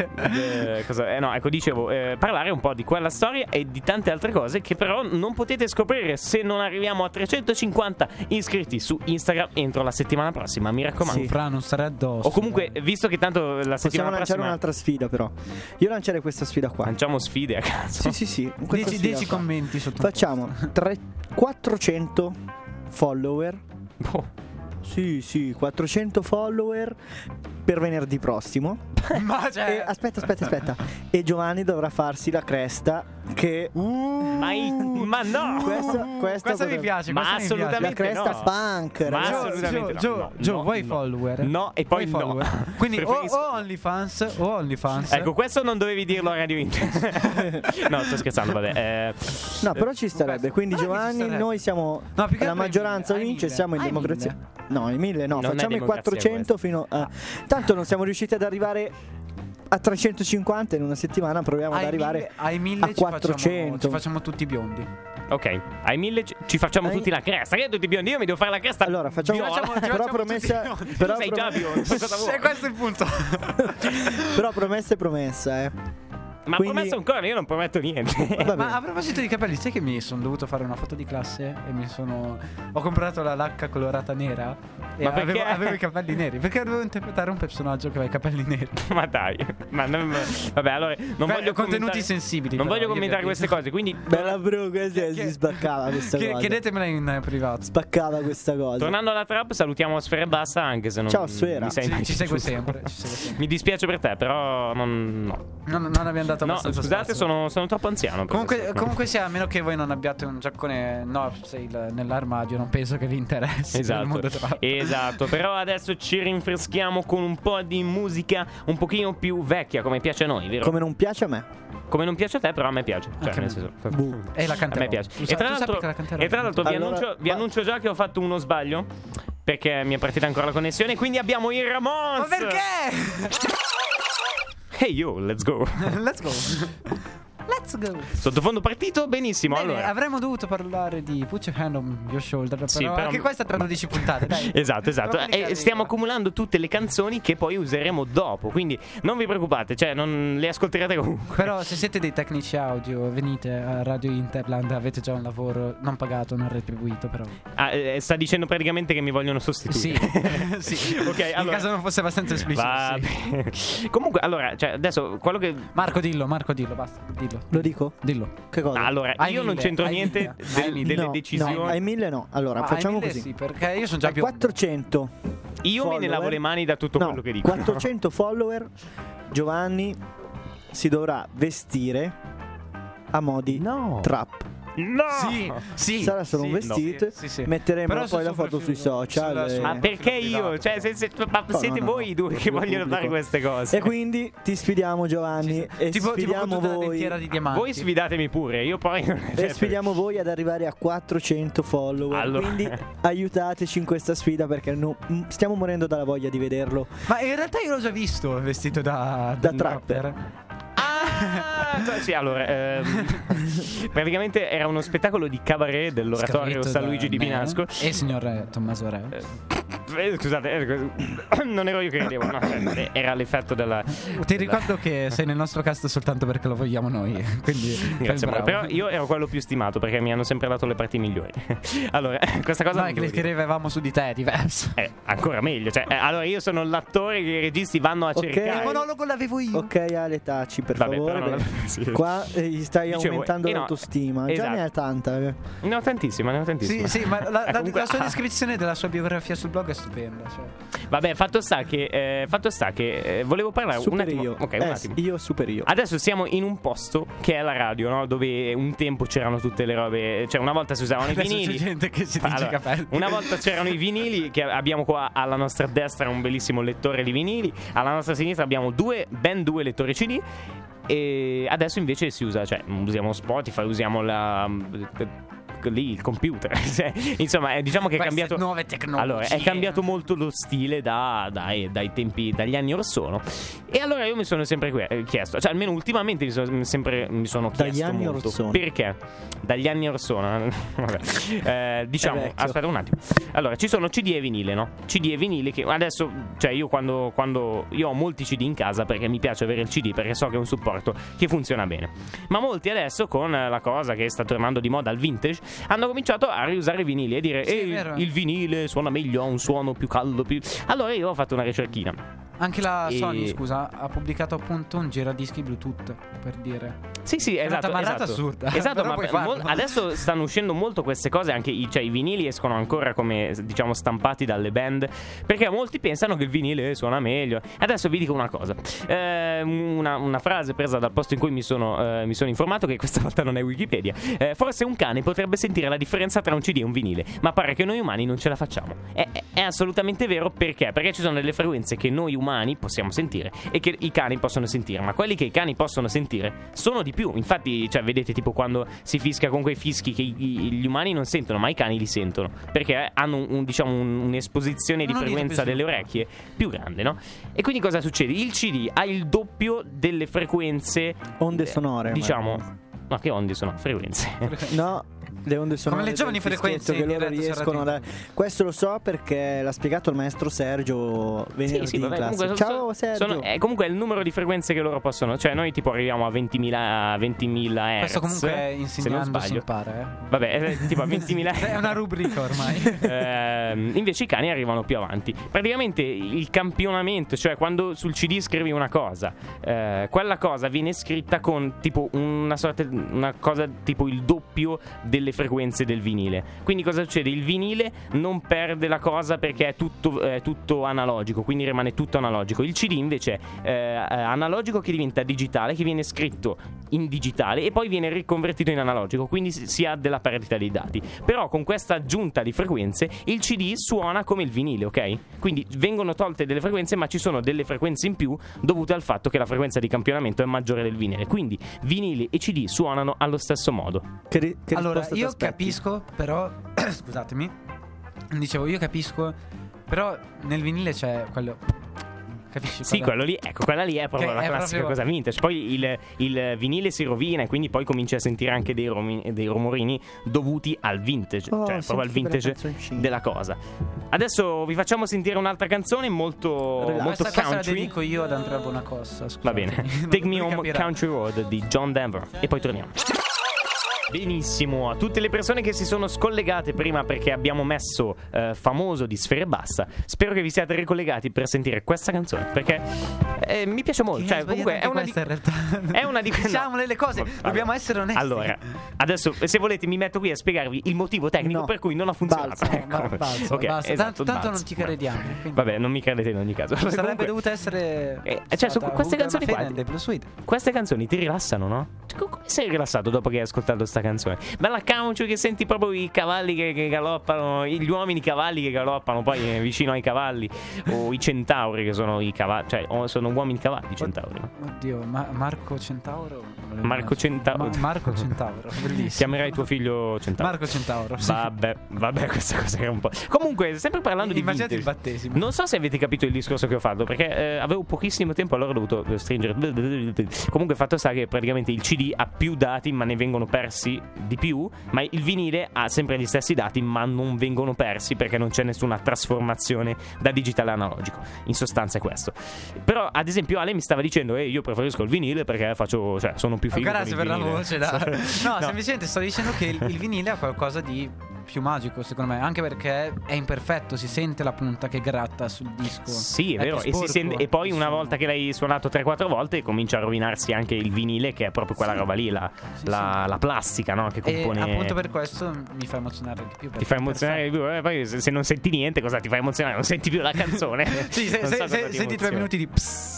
[SPEAKER 2] parlare un po' di quella storia e di tante altre cose che però non potete scoprire se non arriviamo a 350 iscritti su Instagram entro la settimana prossima, mi raccomando.
[SPEAKER 3] Sì.
[SPEAKER 4] Fra, non stare addosso.
[SPEAKER 2] O comunque, visto che tanto la
[SPEAKER 3] Possiamo
[SPEAKER 2] settimana
[SPEAKER 3] lanciare
[SPEAKER 2] prossima
[SPEAKER 3] un'altra sfida, però. Io lancerei questa sfida qua.
[SPEAKER 2] lanciamo sfide a caso.
[SPEAKER 3] Sì. questa sfida
[SPEAKER 4] 10
[SPEAKER 3] qua.
[SPEAKER 4] commenti sotto.
[SPEAKER 3] Facciamo 400 follower.
[SPEAKER 2] Boh.
[SPEAKER 3] Sì, 400 follower per venerdì prossimo.
[SPEAKER 4] Ma cioè...
[SPEAKER 3] Aspetta. E Giovanni dovrà farsi la cresta che...
[SPEAKER 2] Ma no!
[SPEAKER 4] Questo mi piace.
[SPEAKER 2] Ma assolutamente
[SPEAKER 3] la cresta
[SPEAKER 2] no.
[SPEAKER 3] punk.
[SPEAKER 2] Ma
[SPEAKER 3] ragazzi.
[SPEAKER 2] assolutamente
[SPEAKER 4] Gio, vuoi follower?
[SPEAKER 2] No, e poi no.
[SPEAKER 4] Quindi
[SPEAKER 2] Preferisco-
[SPEAKER 4] o OnlyFans.
[SPEAKER 2] Ecco, questo non dovevi dirlo a Radio Inter. No, sto scherzando, vabbè.
[SPEAKER 3] No, però ci starebbe. Quindi Giovanni, noi siamo la maggioranza vince, siamo in democrazia. No, i 1000 no,
[SPEAKER 2] Non è
[SPEAKER 3] facciamo i
[SPEAKER 2] democrazia
[SPEAKER 3] 400 fino a... Tanto non siamo riusciti ad arrivare a 350 in una settimana, proviamo ad arrivare
[SPEAKER 4] ai 1000
[SPEAKER 3] a 400.
[SPEAKER 4] ci facciamo tutti biondi.
[SPEAKER 2] Ok, ai 1000 ci facciamo tutti la cresta. Che tutti biondi? Io mi devo fare la cresta.
[SPEAKER 3] Allora facciamo però promessa,
[SPEAKER 2] Tu sei già biondo. Cosa vuoi?
[SPEAKER 4] Questo è il punto.
[SPEAKER 3] però promessa è promessa,
[SPEAKER 2] Ma promesso ancora, io non prometto niente.
[SPEAKER 4] Ma a proposito di capelli, sai che mi sono dovuto fare una foto di classe e ho comprato la lacca colorata nera e
[SPEAKER 2] Ma perché?
[SPEAKER 4] avevo i capelli neri perché dovevo interpretare un personaggio che aveva i capelli neri.
[SPEAKER 2] Ma dai, vabbè, allora non voglio
[SPEAKER 4] contenuti sensibili.
[SPEAKER 2] Non
[SPEAKER 4] però,
[SPEAKER 2] voglio commentare queste cose, quindi
[SPEAKER 3] bella bro, si spaccava questa cosa.
[SPEAKER 4] Chiedetemela in privato.
[SPEAKER 3] Spaccava questa cosa.
[SPEAKER 2] tornando alla trap, salutiamo Sfera e Bassa, anche se non
[SPEAKER 3] Ciao, Sfera.
[SPEAKER 2] mi sei
[SPEAKER 4] Ci segue
[SPEAKER 2] piaciuto.
[SPEAKER 4] sempre.
[SPEAKER 2] Mi dispiace per te, però no.
[SPEAKER 4] Non abbiamo dato
[SPEAKER 2] No,
[SPEAKER 4] abbastanza
[SPEAKER 2] scusate,
[SPEAKER 4] spazio.
[SPEAKER 2] sono troppo anziano per questo.
[SPEAKER 4] Comunque sia, a meno che voi non abbiate un giaccone North Sail nell'armadio, non penso che vi interessi il mondo trap.
[SPEAKER 2] Esatto, però adesso ci rinfreschiamo con un po' di musica un pochino più vecchia, come piace a noi, vero?
[SPEAKER 3] Come non piace a me.
[SPEAKER 2] Come non piace a te, però a me piace. Cioè,
[SPEAKER 4] Anche
[SPEAKER 2] nel
[SPEAKER 4] a me.
[SPEAKER 2] senso,
[SPEAKER 4] E la
[SPEAKER 2] a
[SPEAKER 4] canterò.
[SPEAKER 2] me piace.
[SPEAKER 4] Tu
[SPEAKER 2] E tra
[SPEAKER 4] sappi che la canterò.
[SPEAKER 2] l'altro
[SPEAKER 3] Allora,
[SPEAKER 2] vi annuncio già che ho fatto uno sbaglio, perché mi è partita ancora la connessione, quindi abbiamo i Ramones.
[SPEAKER 4] Ma perché?
[SPEAKER 2] Hey yo, let's go.
[SPEAKER 4] Let's go.
[SPEAKER 2] Sottofondo partito benissimo.
[SPEAKER 4] Bene,
[SPEAKER 2] Allora,
[SPEAKER 4] avremmo dovuto parlare di Put Your Hand on Your Shoulder, però,
[SPEAKER 2] Sì, però-
[SPEAKER 4] anche questa tra 12 puntate, dai.
[SPEAKER 2] Esatto.
[SPEAKER 4] Proprio di
[SPEAKER 2] E stiamo
[SPEAKER 4] carriera.
[SPEAKER 2] accumulando tutte le canzoni che poi useremo dopo. Quindi non vi preoccupate, cioè non le ascolterete comunque.
[SPEAKER 4] Però se siete dei tecnici audio, venite a Radio Interland, avete già un lavoro non pagato, non retribuito, però.
[SPEAKER 2] Sta dicendo praticamente che mi vogliono sostituire.
[SPEAKER 4] Sì. Sì.
[SPEAKER 2] Ok,
[SPEAKER 4] In
[SPEAKER 2] allora.
[SPEAKER 4] caso non fosse abbastanza esplicito.
[SPEAKER 2] Va
[SPEAKER 4] Sì.
[SPEAKER 2] bene. Comunque, allora, cioè, adesso quello che.
[SPEAKER 4] Marco, dillo, basta. Dillo.
[SPEAKER 3] Lo dico?
[SPEAKER 4] Dillo.
[SPEAKER 3] Che cosa?
[SPEAKER 2] Allora,
[SPEAKER 4] Ai
[SPEAKER 2] io non
[SPEAKER 4] 1000,
[SPEAKER 2] c'entro
[SPEAKER 4] ai
[SPEAKER 2] niente
[SPEAKER 4] 1000.
[SPEAKER 2] delle
[SPEAKER 3] No,
[SPEAKER 2] decisioni.
[SPEAKER 3] no, ai 1000 no. Allora,
[SPEAKER 4] Ah,
[SPEAKER 3] facciamo
[SPEAKER 4] ai 1000
[SPEAKER 3] così.
[SPEAKER 4] Sì, perché io sono già
[SPEAKER 3] Ai
[SPEAKER 4] più
[SPEAKER 3] 400
[SPEAKER 2] Io me ne lavo
[SPEAKER 3] follower.
[SPEAKER 2] le mani da tutto
[SPEAKER 3] No,
[SPEAKER 2] quello che dico.
[SPEAKER 3] 400 follower. Giovanni si dovrà vestire a modi
[SPEAKER 2] No.
[SPEAKER 3] trap.
[SPEAKER 2] No!
[SPEAKER 4] Sì.
[SPEAKER 3] Sarà solo un vestito.
[SPEAKER 4] Sì.
[SPEAKER 3] Metteremo
[SPEAKER 4] Però
[SPEAKER 3] poi
[SPEAKER 4] sul
[SPEAKER 3] la
[SPEAKER 4] suo
[SPEAKER 3] foto sui
[SPEAKER 4] profilo-
[SPEAKER 3] social.
[SPEAKER 4] sulla sua-
[SPEAKER 2] Ma perché
[SPEAKER 4] profilo
[SPEAKER 2] io?
[SPEAKER 4] privato,
[SPEAKER 2] Cioè, ma
[SPEAKER 3] No,
[SPEAKER 2] siete
[SPEAKER 3] no,
[SPEAKER 2] voi
[SPEAKER 3] no.
[SPEAKER 2] i due che
[SPEAKER 3] Io
[SPEAKER 2] vogliono
[SPEAKER 3] pubblico.
[SPEAKER 2] fare queste cose.
[SPEAKER 3] E quindi ti sfidiamo, Giovanni. E
[SPEAKER 4] tipo
[SPEAKER 3] sfidiamo
[SPEAKER 4] con tutta la
[SPEAKER 3] voi.
[SPEAKER 4] dentiera di diamanti.
[SPEAKER 2] Voi sfidatemi pure, io poi.
[SPEAKER 3] E sfidiamo voi ad arrivare a 400 follower.
[SPEAKER 2] Allora.
[SPEAKER 3] Quindi aiutateci in questa sfida perché stiamo morendo dalla voglia di vederlo.
[SPEAKER 4] Ma in realtà io l'ho già visto vestito da
[SPEAKER 3] trapper.
[SPEAKER 2] Sì, allora, praticamente era uno spettacolo di cabaret dell'oratorio
[SPEAKER 4] Scritto
[SPEAKER 2] San
[SPEAKER 4] da
[SPEAKER 2] Luigi di
[SPEAKER 4] me
[SPEAKER 2] Binasco.
[SPEAKER 4] e il signor Tommaso Reo.
[SPEAKER 2] Scusate, non ero io che credevo, no, era l'effetto della.
[SPEAKER 4] Ti ricordo che sei nel nostro cast soltanto perché lo vogliamo noi. Quindi
[SPEAKER 2] Grazie,
[SPEAKER 4] bravo.
[SPEAKER 2] però io ero quello più stimato perché mi hanno sempre dato le parti migliori. Allora, questa cosa.
[SPEAKER 4] No, è che le scrivevamo su di te, è diverso.
[SPEAKER 2] Ancora meglio. Cioè, allora io sono l'attore che i registi vanno a
[SPEAKER 3] Ok.
[SPEAKER 2] cercare.
[SPEAKER 4] Il monologo l'avevo io.
[SPEAKER 3] Ok, Ale, taci per
[SPEAKER 2] Vabbè,
[SPEAKER 3] favore.
[SPEAKER 2] però non-
[SPEAKER 3] perché
[SPEAKER 2] sì.
[SPEAKER 3] Qua gli stai
[SPEAKER 2] Dicevo,
[SPEAKER 3] aumentando
[SPEAKER 2] no,
[SPEAKER 3] l'autostima. Già
[SPEAKER 2] esatto.
[SPEAKER 3] ne hai tanta.
[SPEAKER 2] Ne ho tantissime.
[SPEAKER 4] Sì, ma
[SPEAKER 2] Comunque-
[SPEAKER 4] la sua descrizione della sua biografia sul blog è stupenda. Cioè.
[SPEAKER 2] Vabbè, fatto sta che volevo parlare un
[SPEAKER 3] Super
[SPEAKER 2] attimo.
[SPEAKER 3] io.
[SPEAKER 2] Ok, un attimo.
[SPEAKER 3] Io super io.
[SPEAKER 2] Adesso siamo in un posto che è la radio, no? Dove un tempo c'erano tutte le robe. Cioè, una volta si usavano i
[SPEAKER 4] Adesso
[SPEAKER 2] vinili.
[SPEAKER 4] c'è gente che si tinge i capelli.
[SPEAKER 2] Una volta c'erano i vinili. Che abbiamo qua alla nostra destra un bellissimo lettore di vinili. Alla nostra sinistra abbiamo ben due lettori CD. E adesso invece si usa, cioè, usiamo Spotify, usiamo lì il computer. Insomma, diciamo che è
[SPEAKER 4] Queste
[SPEAKER 2] cambiato.
[SPEAKER 4] nuove tecnologie.
[SPEAKER 2] Allora, è cambiato molto lo stile dai tempi, dagli anni or sono. E allora io mi sono sempre chiesto, cioè almeno ultimamente mi sono chiesto
[SPEAKER 3] Dagli anni
[SPEAKER 2] molto.
[SPEAKER 3] or sono.
[SPEAKER 2] Perché? Dagli anni or sono. Vabbè. Diciamo,
[SPEAKER 3] È vecchio.
[SPEAKER 2] aspetta un attimo. Allora, ci sono CD e vinile, no? CD e vinile che adesso, cioè io quando io ho molti CD in casa perché mi piace avere il CD perché so che è un supporto che funziona bene. Ma molti adesso con la cosa che sta tornando di moda, il vintage, hanno cominciato a riusare i vinili e dire
[SPEAKER 4] Sì, è vero.
[SPEAKER 2] il vinile suona meglio, ha un suono più caldo, Allora io ho fatto una ricerchina.
[SPEAKER 4] Anche la
[SPEAKER 2] E-
[SPEAKER 4] Sony, scusa, ha pubblicato appunto un giradischi Bluetooth, per dire.
[SPEAKER 2] Sì, esatto.
[SPEAKER 4] assurda.
[SPEAKER 2] Esatto, ma adesso stanno uscendo molto queste cose, anche i vinili escono ancora come, diciamo, stampati dalle band, perché molti pensano che il vinile suona meglio. Adesso vi dico una cosa, una frase presa dal posto in cui mi sono informato, che questa volta non è Wikipedia. Forse un cane potrebbe sentire la differenza tra un CD e un vinile, ma pare che noi umani non ce la facciamo. È assolutamente vero. Perché? Perché ci sono delle frequenze che noi umani possiamo sentire e che i cani possono sentire, ma quelli che i cani possono sentire sono di più. Infatti, cioè, vedete, tipo quando si fischia con quei fischi che gli umani non sentono, ma i cani li sentono, perché hanno un'esposizione di frequenza delle orecchie più grande, no? E quindi cosa succede? Il CD ha il doppio delle frequenze,
[SPEAKER 3] onde sonore,
[SPEAKER 2] diciamo. No, che onde sono? Frequenze.
[SPEAKER 3] No, le onde sonore
[SPEAKER 4] come le giovani frequenze
[SPEAKER 3] che loro riescono questo lo so perché l'ha spiegato il maestro Sergio venerdì in classe.
[SPEAKER 2] Comunque,
[SPEAKER 3] ciao Sergio.
[SPEAKER 2] Comunque è il numero di frequenze che loro possono, cioè noi tipo arriviamo a 20.000 Hz.
[SPEAKER 4] Questo comunque insegnando si impara,
[SPEAKER 2] Vabbè, tipo a 20.000
[SPEAKER 4] è una rubrica ormai.
[SPEAKER 2] Invece i cani arrivano più avanti. Praticamente il campionamento, cioè quando sul CD scrivi una cosa, quella cosa viene scritta con tipo una cosa tipo il doppio delle frequenze del vinile. Quindi cosa succede? Il vinile non perde la cosa perché è tutto analogico, quindi rimane tutto analogico. Il CD invece è analogico che diventa digitale, che viene scritto in digitale e poi viene riconvertito in analogico, quindi si ha della perdita dei dati. Però con questa aggiunta di frequenze il CD suona come il vinile, ok? Quindi vengono tolte delle frequenze, ma ci sono delle frequenze in più dovute al fatto che la frequenza di campionamento è maggiore del vinile. Quindi vinili e CD suonano allo stesso modo.
[SPEAKER 4] Allora, io capisco, però scusatemi. Dicevo, io capisco, però nel vinile c'è quello. Capisci?
[SPEAKER 2] Sì, quello lì, ecco, quella lì è proprio la classica cosa vintage. Poi il vinile si rovina e quindi poi cominci a sentire anche dei rumorini dovuti al vintage, cioè proprio al vintage della cosa. Adesso vi facciamo sentire un'altra canzone molto
[SPEAKER 4] questa
[SPEAKER 2] country.
[SPEAKER 4] La dedico io ad Andrea Bonacossa. Scusate.
[SPEAKER 2] Va bene. Take Me Home Country Road di John Denver e poi torniamo. Benissimo, a tutte le persone che si sono scollegate prima perché abbiamo messo Famoso di Sfera Ebbasta, spero che vi siate ricollegati per sentire questa canzone, perché mi piace molto, cioè comunque è una di...
[SPEAKER 4] in realtà
[SPEAKER 2] è una di
[SPEAKER 4] diciamole le cose, dobbiamo essere onesti.
[SPEAKER 2] Allora, adesso se volete mi metto qui a spiegarvi il motivo tecnico per cui non ha funzionato.
[SPEAKER 4] Basta.
[SPEAKER 2] Esatto,
[SPEAKER 4] tanto non ci crediamo, quindi.
[SPEAKER 2] Vabbè, non mi credete in ogni caso.
[SPEAKER 4] Sarebbe dovuta essere
[SPEAKER 2] cioè su queste canzoni qua,
[SPEAKER 4] queste
[SPEAKER 2] canzoni ti rilassano, no? Come sei rilassato dopo che hai ascoltato sta canzone? Bella country che senti proprio i cavalli che galoppano, gli uomini cavalli che galoppano poi vicino ai cavalli, o i centauri che sono i cavalli, cioè sono uomini cavalli i centauri, no?
[SPEAKER 4] Oddio, Marco Centauro?
[SPEAKER 2] Marco Centauro.
[SPEAKER 4] Marco Centauro, bellissimo.
[SPEAKER 2] Chiamerai tuo figlio Centauro.
[SPEAKER 4] Marco Centauro, sì.
[SPEAKER 2] Vabbè, questa cosa era un po'. Comunque, sempre parlando di vintage,
[SPEAKER 4] il battesimo.
[SPEAKER 2] Non so se avete capito il discorso che ho fatto, perché avevo pochissimo tempo, allora ho dovuto stringere. Comunque fatto sta che praticamente il CD ha più dati, ma ne vengono persi di più, ma il vinile ha sempre gli stessi dati, ma non vengono persi perché non c'è nessuna trasformazione da digitale a analogico. In sostanza è questo. Però ad esempio Ale mi stava dicendo io preferisco il vinile perché sono più figo.
[SPEAKER 4] Grazie per la voce, no, semplicemente sto dicendo che il vinile ha qualcosa di più magico, secondo me, anche perché è imperfetto, si sente la punta che gratta sul disco.
[SPEAKER 2] Sì, è vero, e poi una volta che l'hai suonato 3-4 volte comincia a rovinarsi anche il vinile, che è proprio quella roba lì, la plastica, no? Che compone.
[SPEAKER 4] E appunto per questo mi fa emozionare di più.
[SPEAKER 2] Ti fa emozionare di più, poi se non senti niente, cosa ti fa emozionare? Non senti più la canzone.
[SPEAKER 4] Sì, senti 3 minuti di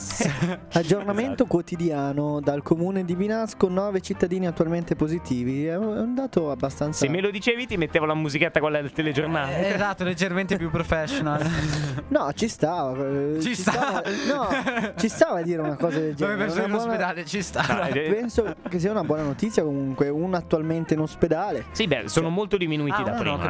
[SPEAKER 3] Aggiornamento quotidiano dal comune di Binasco, 9 cittadini attualmente positivi. È un dato abbastanza.
[SPEAKER 2] Se me lo dicevi ti mettevo la musichetta quella del telegiornale.
[SPEAKER 4] Esatto, leggermente più professional.
[SPEAKER 3] No, ci stava. Ci stava a dire una cosa del genere.
[SPEAKER 4] Dove penso in ospedale ci sta.
[SPEAKER 3] Penso che sia una buona notizia comunque. Uno attualmente in ospedale.
[SPEAKER 2] Sì, beh, sono molto diminuiti da prima.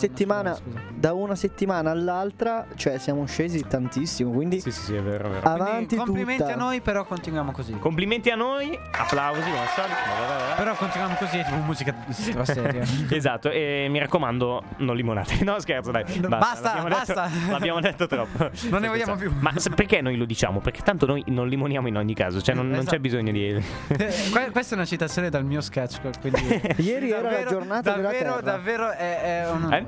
[SPEAKER 3] Da una settimana all'altra, cioè siamo scesi tantissimo. Quindi
[SPEAKER 2] sì, è vero.
[SPEAKER 3] Avanti,
[SPEAKER 4] complimenti a noi, però continuiamo così.
[SPEAKER 2] Complimenti a noi, applausi come al solito.
[SPEAKER 4] Però continuiamo così, tipo musica seria.
[SPEAKER 2] Esatto, e mi raccomando, non limonate. No, scherzo, dai.
[SPEAKER 4] Basta.
[SPEAKER 2] L'abbiamo detto troppo.
[SPEAKER 4] Non ne vogliamo più.
[SPEAKER 2] Ma perché noi lo diciamo? Perché tanto noi non limoniamo in ogni caso. Cioè non c'è bisogno di.
[SPEAKER 4] Questa è una citazione dal mio sketch, quindi
[SPEAKER 3] ieri era la giornata della terra.
[SPEAKER 4] Davvero è un onore.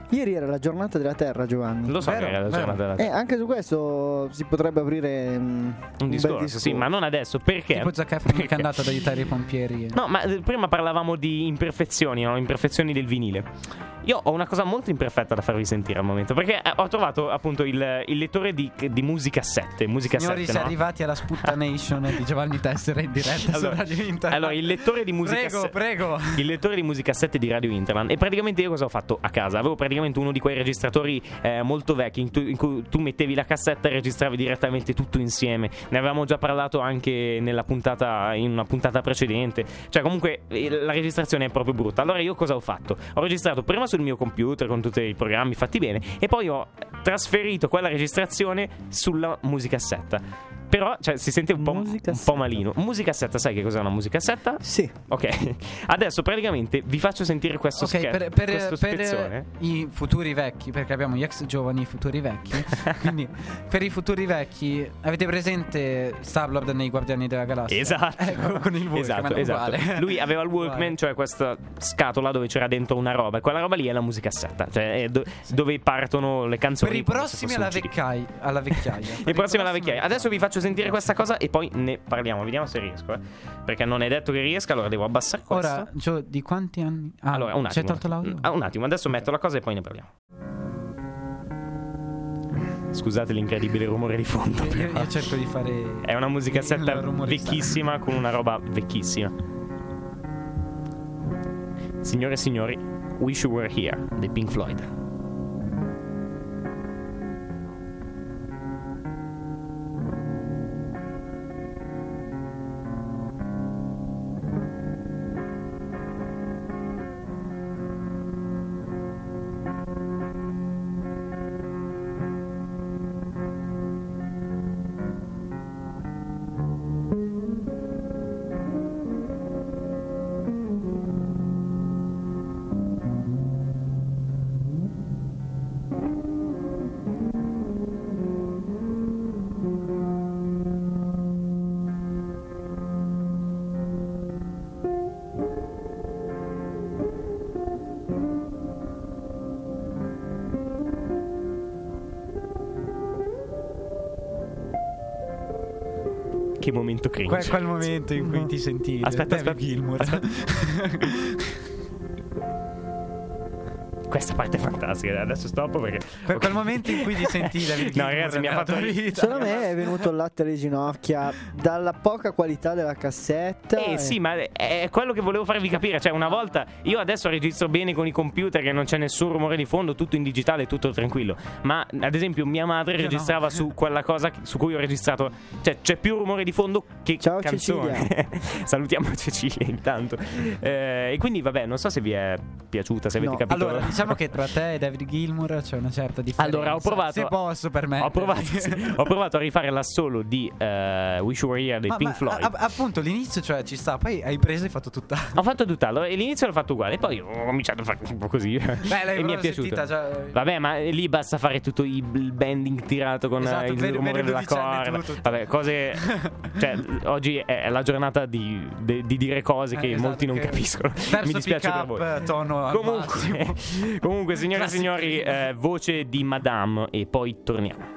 [SPEAKER 3] Ieri era la giornata della Terra, Giovanni.
[SPEAKER 2] Lo so che era la giornata della Terra.
[SPEAKER 3] Anche su questo si potrebbe aprire un
[SPEAKER 2] discorso,
[SPEAKER 3] bel discorso.
[SPEAKER 2] sì, ma non adesso. Perché?
[SPEAKER 4] Tipo Zac Efron che è andato ad aiutare i pompieri.
[SPEAKER 2] No, ma prima parlavamo di imperfezioni, no? Imperfezioni del vinile. Io ho una cosa molto imperfetta da farvi sentire al momento, perché ho trovato appunto il lettore di musicassette.
[SPEAKER 4] Signori, si è arrivati alla Sputtanation di Giovanni Tessera in diretta su Radio Interland.
[SPEAKER 2] Allora, il lettore di musicassette.
[SPEAKER 4] Prego.
[SPEAKER 2] Il lettore di musicassette di Radio Interland. E praticamente io cosa ho fatto a casa? Avevo praticamente uno di quei registratori molto vecchi in cui tu mettevi la cassetta e registravi direttamente tutto insieme. Ne avevamo già parlato anche in una puntata precedente. Cioè, comunque la registrazione è proprio brutta. Allora io cosa ho fatto? Ho registrato prima sul mio computer con tutti i programmi fatti bene e poi ho trasferito quella registrazione sulla musicassetta. Però, cioè, si sente un po' malino. Musicassetta, sai che cos'è una musicassetta?
[SPEAKER 3] Sì.
[SPEAKER 2] Ok. Adesso praticamente vi faccio sentire questo sketch.
[SPEAKER 4] Per
[SPEAKER 2] spezzone.
[SPEAKER 4] I futuri vecchi, perché abbiamo gli ex giovani e i futuri vecchi. Quindi, per i futuri vecchi, avete presente Star-Lord nei Guardiani della Galassia?
[SPEAKER 2] Esatto.
[SPEAKER 4] Con il Walkman.
[SPEAKER 2] Esatto. Lui aveva il Walkman, cioè questa scatola dove c'era dentro una roba. E quella roba lì è la musicassetta. Cioè, è dove partono le canzoni.
[SPEAKER 4] Per i prossimi alla vecchiaia.
[SPEAKER 2] I prossimi alla vecchiaia. Adesso vi faccio sentire questa cosa e poi ne parliamo. Vediamo se riesco, perché non è detto che riesca. Allora devo abbassare questo.
[SPEAKER 4] Ora, Gio, di quanti anni?
[SPEAKER 2] Allora, un attimo.
[SPEAKER 4] C'è tolto l'audio?
[SPEAKER 2] Un attimo, adesso metto la cosa e poi ne parliamo. Scusate l'incredibile rumore di fondo.
[SPEAKER 4] Io cerco di fare.
[SPEAKER 2] È una musicassetta vecchissima con una roba vecchissima. Signore e signori, Wish You Were Here dei Pink Floyd. Che momento cringe.
[SPEAKER 4] Quel momento in cui ti senti
[SPEAKER 2] aspetta
[SPEAKER 4] Gilmour.
[SPEAKER 2] Questa parte è fantastica. Adesso stop perché
[SPEAKER 4] quel momento in cui ti senti David Gilmour.
[SPEAKER 2] No, ragazzi, mi ha fatto
[SPEAKER 3] secondo me è venuto il latte alle ginocchia dalla poca qualità della cassetta.
[SPEAKER 2] Sì, ma è quello che volevo farvi capire. Cioè, una volta io adesso registro bene con i computer, che non c'è nessun rumore di fondo, tutto in digitale, tutto tranquillo. Ma ad esempio mia madre registrava su quella cosa su cui ho registrato. Cioè, c'è più rumore di fondo che
[SPEAKER 3] ciao
[SPEAKER 2] canzone. Salutiamo Cecilia intanto. E quindi vabbè, non so se vi è piaciuta, se avete capito.
[SPEAKER 4] Allora, diciamo che tra te e David Gilmour c'è una certa differenza.
[SPEAKER 2] Allora, ho provato.
[SPEAKER 4] Se posso permettere.
[SPEAKER 2] Ho provato a rifare l'assolo di Wish You Were Here dei Pink Floyd.
[SPEAKER 4] Appunto, l'inizio, cioè, ci sta. Poi hai preso e hai fatto tutt'altro.
[SPEAKER 2] Ho fatto tutt'altro. E l'inizio l'ho fatto uguale. E poi ho cominciato a fare un po' così. E mi è piaciuto. Vabbè, ma lì basta fare tutto il bending tirato con il rumore della corda. Vabbè, cose. Cioè, oggi è la giornata di dire cose che molti non capiscono. Mi dispiace per voi.
[SPEAKER 4] Tono
[SPEAKER 2] Comunque, signore e signori, voce di Madame e poi torniamo.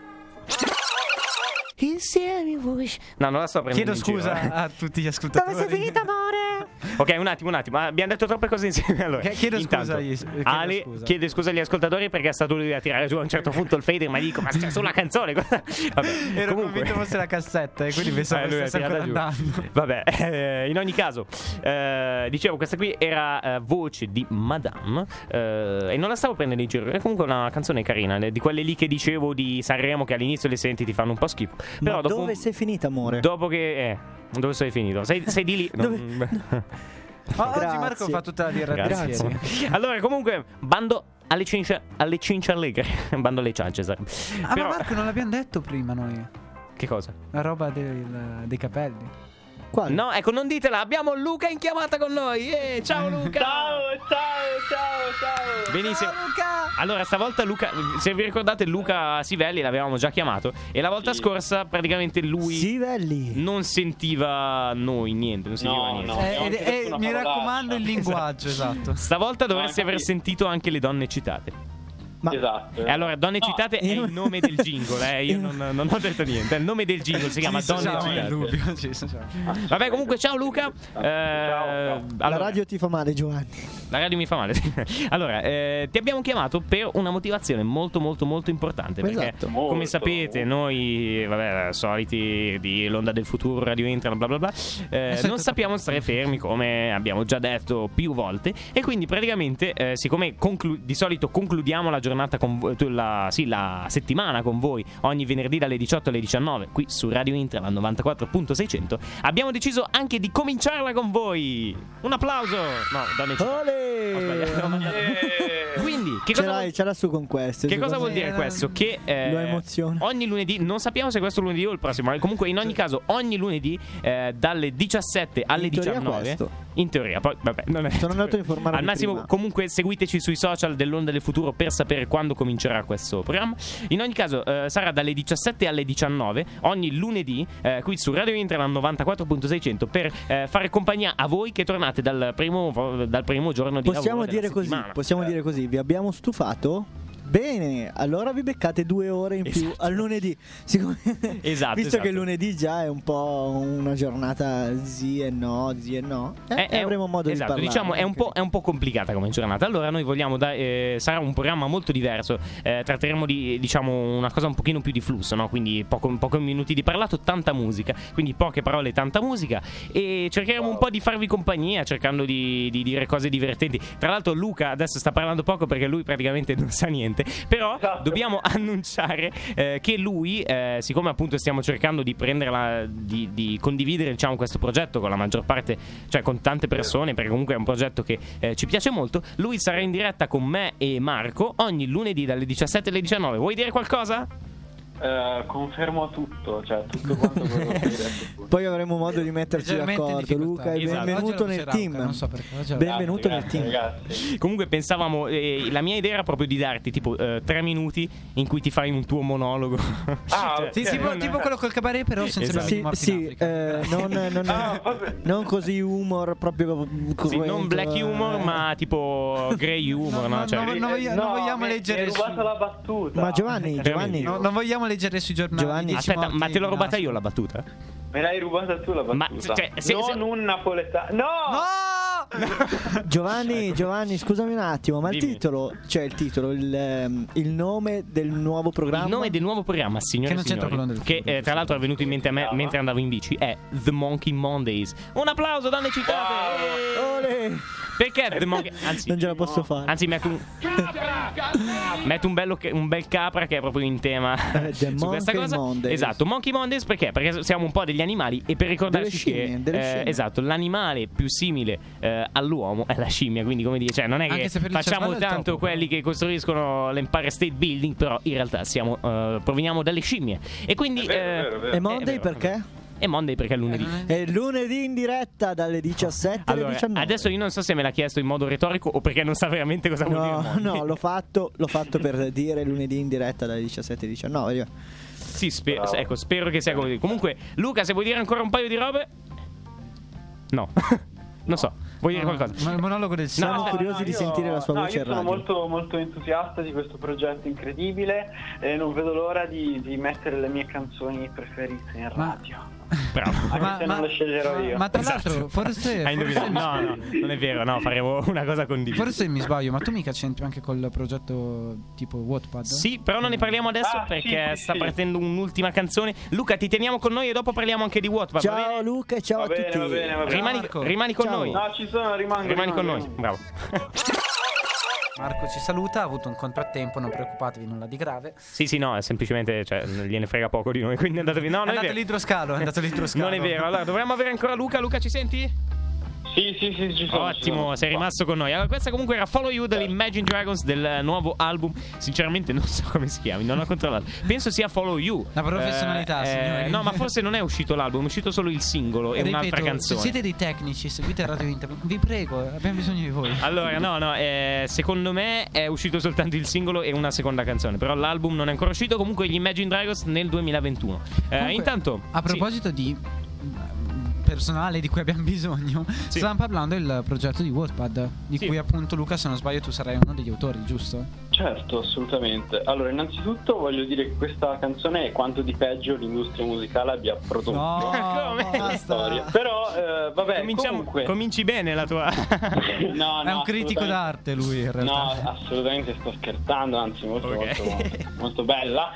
[SPEAKER 2] No, non la sto prendendo.
[SPEAKER 4] Chiedo scusa a tutti gli ascoltatori.
[SPEAKER 2] Dove sei finita, amore? Ok, un attimo. Abbiamo detto troppe cose insieme. Allora,
[SPEAKER 4] chiedo
[SPEAKER 2] intanto,
[SPEAKER 4] scusa.
[SPEAKER 2] Ale chiede scusa agli ascoltatori perché è stato lui a tirare giù a un certo punto il fader. Ma dico, ma c'è solo la canzone. Vabbè,
[SPEAKER 4] ero convinto fosse la cassetta e quindi pensavo stesse ancora andando.
[SPEAKER 2] Vabbè, in ogni caso, dicevo, questa qui era voce di Madame e non la stavo prendendo in giro. È comunque una canzone carina, di quelle lì che dicevo di Sanremo, che all'inizio le senti ti fanno un po' schifo. Però dopo,
[SPEAKER 3] dove sei finita, amore?
[SPEAKER 2] Dopo che dove sei finito? Sei di lì?
[SPEAKER 4] Oggi Marco fa tutta la birra.
[SPEAKER 2] Grazie. Allora, comunque, bando alle cince allegre. Bando alle ciance.
[SPEAKER 4] Però, ma Marco, non l'abbiamo detto prima noi.
[SPEAKER 2] Che cosa?
[SPEAKER 4] La roba dei capelli.
[SPEAKER 3] Quale?
[SPEAKER 2] No, ecco, non ditela, abbiamo Luca in chiamata con noi. Ciao Luca.
[SPEAKER 5] Ciao.
[SPEAKER 2] Benissimo.
[SPEAKER 4] Ciao, Luca.
[SPEAKER 2] Allora, stavolta Luca, se vi ricordate, Luca Sivelli l'avevamo già chiamato. E la volta scorsa praticamente lui
[SPEAKER 3] Sivelli
[SPEAKER 2] non sentiva noi, niente, non sentiva niente.
[SPEAKER 4] Mi raccomando il linguaggio, esatto.
[SPEAKER 2] Stavolta dovresti aver sentito anche le donne citate.
[SPEAKER 5] Esatto.
[SPEAKER 2] E allora, donne citate è il nome del jingle, io non ho detto niente. Il nome del jingle si chiama Donne Citate. Vabbè, comunque, ciao Luca.
[SPEAKER 3] La radio ti fa male, Giovanni.
[SPEAKER 2] La radio mi fa male. Allora, ti abbiamo chiamato per una motivazione molto molto molto importante. Perché,
[SPEAKER 3] Esatto.
[SPEAKER 2] come sapete, noi, soliti di l'Onda del Futuro, Radio Internet, bla bla bla, non sappiamo stare fermi, come abbiamo già detto più volte. E quindi praticamente, siccome di solito concludiamo la giornata con la settimana con voi ogni venerdì dalle 18 alle 19 qui su Radio Inter al 94.600, abbiamo deciso anche di cominciarla con voi. Un applauso. No, donne Quindi
[SPEAKER 3] ce l'ha su con questo.
[SPEAKER 2] Che cosa vuol dire questo? Che
[SPEAKER 3] lo emoziona.
[SPEAKER 2] Ogni lunedì, non sappiamo se questo lunedì o il prossimo, ma comunque in ogni caso ogni lunedì dalle 17 alle 19. In teoria, poi vabbè, non è.
[SPEAKER 3] Sono andato a informarmi
[SPEAKER 2] al massimo
[SPEAKER 3] prima.
[SPEAKER 2] Comunque seguiteci sui social dell'Onda del Futuro per sapere quando comincerà questo programma. In ogni caso sarà dalle 17 alle 19 ogni lunedì qui su Radio Inter al 94.600 per fare compagnia a voi che tornate dal primo giorno di lavoro della settimana.
[SPEAKER 3] Possiamo dire così, vi abbiamo stufato? Bene, allora vi beccate 2 ore in più al lunedì. Visto che lunedì già è un po' una giornata sì e no, avremo modo di parlare.
[SPEAKER 2] Diciamo è un po' complicata come giornata. Allora noi vogliamo sarà un programma molto diverso. Tratteremo di, diciamo, una cosa un pochino più di flusso, no? Quindi pochi minuti di parlato, tanta musica. Quindi poche parole, tanta musica. E cercheremo un po' di farvi compagnia, cercando di dire cose divertenti. Tra l'altro Luca adesso sta parlando poco perché lui praticamente non sa niente. Però dobbiamo annunciare che lui, siccome appunto stiamo cercando di di condividere, diciamo, questo progetto con la maggior parte, cioè con tante persone, perché comunque è un progetto che ci piace molto, lui sarà in diretta con me e Marco ogni lunedì dalle 17 alle 19. Vuoi dire qualcosa?
[SPEAKER 5] Confermo tutto, cioè tutto quanto quello che hai detto.
[SPEAKER 3] Poi avremo modo di metterci d'accordo. Luca, benvenuto nel team.
[SPEAKER 4] Non so perché.
[SPEAKER 3] Benvenuto nel team.
[SPEAKER 5] Ragazzi.
[SPEAKER 2] Comunque pensavamo, la mia idea era proprio di darti tipo 3 minuti in cui ti fai un tuo monologo.
[SPEAKER 4] Tipo quello col cabaret, però senza
[SPEAKER 3] non così humor proprio cruento,
[SPEAKER 2] non black humor, ma tipo grey humor, no?
[SPEAKER 4] Non vogliamo leggere.
[SPEAKER 5] Mi hai rubato la battuta.
[SPEAKER 3] Ma Giovanni,
[SPEAKER 4] non vogliamo leggere sui giornali.
[SPEAKER 3] Giovanni,
[SPEAKER 2] aspetta, ma te l'ho rubata io la battuta?
[SPEAKER 5] Me l'hai rubata tu la battuta. Non un napoletano. No!
[SPEAKER 3] Giovanni, scusami un attimo, ma
[SPEAKER 2] Dimmi.
[SPEAKER 3] il titolo, il nome del nuovo programma.
[SPEAKER 2] Il nome del nuovo programma, signore e signori, che tra l'altro è venuto in mente a me mentre andavo in bici, è The Monkey Mondays. Un applauso, donne citate!
[SPEAKER 3] Ole!
[SPEAKER 2] Perché The Monkey? Anzi,
[SPEAKER 3] non ce la posso fare.
[SPEAKER 2] Anzi, metto un bel capra che è proprio in tema su questa cosa.
[SPEAKER 3] Mondays.
[SPEAKER 2] Esatto, Monkey Mondays perché? Perché siamo un po' degli animali e per ricordarci
[SPEAKER 3] delle scimmie.
[SPEAKER 2] Esatto, l'animale più simile all'uomo è la scimmia, quindi come dire, cioè non è che facciamo tanto quelli che costruiscono l'Empire State Building, però in realtà proveniamo dalle scimmie. E quindi
[SPEAKER 3] E Monday perché?
[SPEAKER 2] E Monday perché è lunedì.
[SPEAKER 3] È lunedì in diretta dalle 17 alle 19.
[SPEAKER 2] Adesso io non so se me l'ha chiesto in modo retorico o perché non sa veramente cosa vuol dire Monday.
[SPEAKER 3] No, l'ho fatto per dire lunedì in diretta dalle 17 alle 19.
[SPEAKER 2] Sì, spero che sia così. Comunque, Luca, se vuoi dire ancora un paio di robe? No. Non so, vuoi dire qualcosa?
[SPEAKER 4] Il monologo del
[SPEAKER 3] Siamo curiosi di sentire la sua voce.
[SPEAKER 5] Io sono molto, molto entusiasta di questo progetto incredibile e non vedo l'ora di mettere le mie canzoni preferite in radio.
[SPEAKER 2] Bravo.
[SPEAKER 5] Anche se non le sceglierò io.
[SPEAKER 4] Ma tra l'altro, forse
[SPEAKER 2] hai indovinato. No, non è vero, no, faremo una cosa condivisa.
[SPEAKER 4] Forse mi sbaglio, ma tu mica c'entri anche col progetto tipo Wattpad?
[SPEAKER 2] Sì, però non ne parliamo adesso perché sta partendo un'ultima canzone. Luca, ti teniamo con noi e dopo parliamo anche di Wattpad.
[SPEAKER 3] Ciao Luca, ciao a tutti.
[SPEAKER 5] Va bene.
[SPEAKER 2] Rimani con noi.
[SPEAKER 5] No, ci sono,
[SPEAKER 2] rimani con noi. Bravo.
[SPEAKER 4] Marco ci saluta, ha avuto un contrattempo, non preoccupatevi, nulla di grave.
[SPEAKER 2] Sì, no, è semplicemente, cioè, gliene frega poco di noi, quindi andatevi. No, non è vero.
[SPEAKER 4] È andato l'idroscalo.
[SPEAKER 2] Non è vero. Allora, dovremmo avere ancora Luca. Luca, ci senti?
[SPEAKER 5] Sì, ci sono.
[SPEAKER 2] Ottimo, sei rimasto con noi. Allora, questa comunque era Follow You dell'Imagine Dragons, del nuovo album. Sinceramente non so come si chiami, non ho controllato. Penso sia Follow You.
[SPEAKER 4] La professionalità, signori.
[SPEAKER 2] No, ma forse non è uscito l'album, è uscito solo il singolo e un'altra canzone.
[SPEAKER 4] Se siete dei tecnici, seguite Radio Inter, vi prego, abbiamo bisogno di voi.
[SPEAKER 2] Allora, no, secondo me è uscito soltanto il singolo e una seconda canzone, però l'album non è ancora uscito. Comunque gli Imagine Dragons nel 2021. Intanto,
[SPEAKER 4] a proposito di personale di cui abbiamo bisogno, stavamo parlando del progetto di Wattpad, di cui appunto, Luca, se non sbaglio tu sarai uno degli autori, giusto?
[SPEAKER 5] Certo, assolutamente. Allora, innanzitutto voglio dire che questa canzone è quanto di peggio l'industria musicale abbia prodotto.
[SPEAKER 2] Come?
[SPEAKER 5] Storia. Però vabbè,
[SPEAKER 2] cominci bene la tua.
[SPEAKER 5] No,
[SPEAKER 4] è un critico d'arte lui, in realtà.
[SPEAKER 5] No, assolutamente, sto scherzando, anzi molto bella.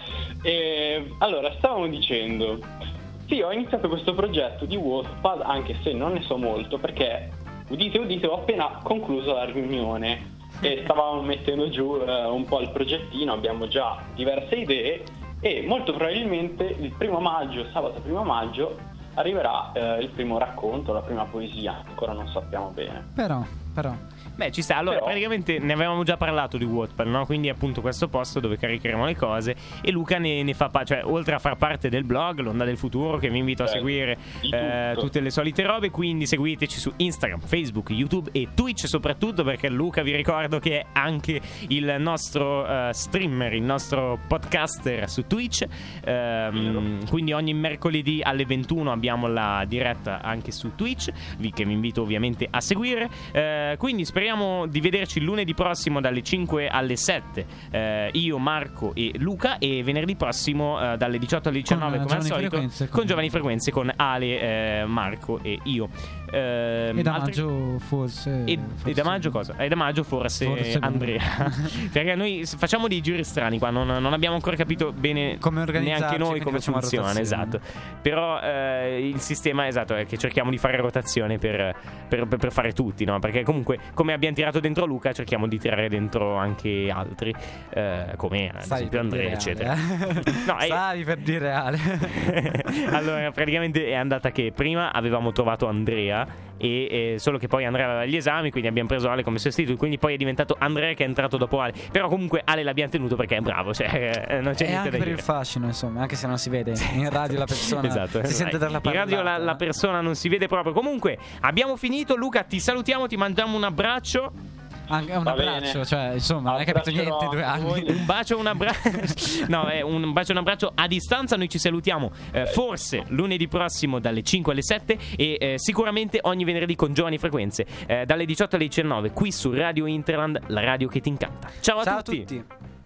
[SPEAKER 5] E allora, stavamo dicendo, sì, ho iniziato questo progetto di Wattpad, anche se non ne so molto, perché udite, ho appena concluso la riunione e stavamo mettendo giù un po' il progettino, abbiamo già diverse idee e molto probabilmente il sabato 1 maggio, arriverà il primo racconto, la prima poesia, ancora non sappiamo bene.
[SPEAKER 4] Però
[SPEAKER 2] Beh, ci sta. Allora, praticamente ne avevamo già parlato di Wattpad, no? Quindi appunto questo posto dove caricheremo le cose. E Luca ne fa cioè, oltre a far parte del blog L'Onda del Futuro, che vi invito a seguire tutte le solite robe. Quindi seguiteci su Instagram, Facebook, YouTube e Twitch soprattutto, perché Luca, vi ricordo che è anche il nostro streamer, il nostro podcaster su Twitch. Quindi ogni mercoledì alle 21 abbiamo la diretta anche su Twitch, che vi invito ovviamente a seguire. Quindi speriamo di vederci lunedì prossimo dalle 5 alle 7, io, Marco e Luca, e venerdì prossimo dalle 18 alle 19 come al solito con Giovani Frequenze, con Ale, Marco e io.
[SPEAKER 4] E da maggio forse
[SPEAKER 2] da maggio cosa? E da maggio forse Andrea. Perché noi facciamo dei giri strani qua, non abbiamo ancora capito bene
[SPEAKER 4] come
[SPEAKER 2] neanche noi come funziona, esatto. Però il sistema esatto è che cerchiamo di fare rotazione per fare tutti, no? Perché comunque come abbiamo tirato dentro Luca cerchiamo di tirare dentro anche altri, come ad esempio Andrea, eccetera. No,
[SPEAKER 4] stavi per dire Ale.
[SPEAKER 2] Allora praticamente è andata che prima avevamo trovato Andrea e solo che poi Andrea aveva gli esami, quindi abbiamo preso Ale come sostituto, quindi poi è diventato Andrea che è entrato dopo Ale. Però comunque Ale l'abbiamo tenuto perché è bravo, cioè non c'è niente
[SPEAKER 4] anche
[SPEAKER 2] da
[SPEAKER 4] per
[SPEAKER 2] dire.
[SPEAKER 4] Il fascino, insomma, anche se non si vede in radio la persona.
[SPEAKER 2] Esatto,
[SPEAKER 4] si sente dalla parlata.
[SPEAKER 2] In radio la persona non si vede proprio. Comunque abbiamo finito. Luca, ti salutiamo, ti mandiamo un abbraccio.
[SPEAKER 4] Anche un abbraccio, cioè insomma non hai capito niente, 2 anni.
[SPEAKER 2] Un bacio, un abbraccio. No, un bacio, un abbraccio a distanza. Noi ci salutiamo forse lunedì prossimo dalle 5 alle 7 e sicuramente ogni venerdì con Giovani Frequenze dalle 18 alle 19 qui su Radio Interland, la radio che ti incanta. Ciao a tutti.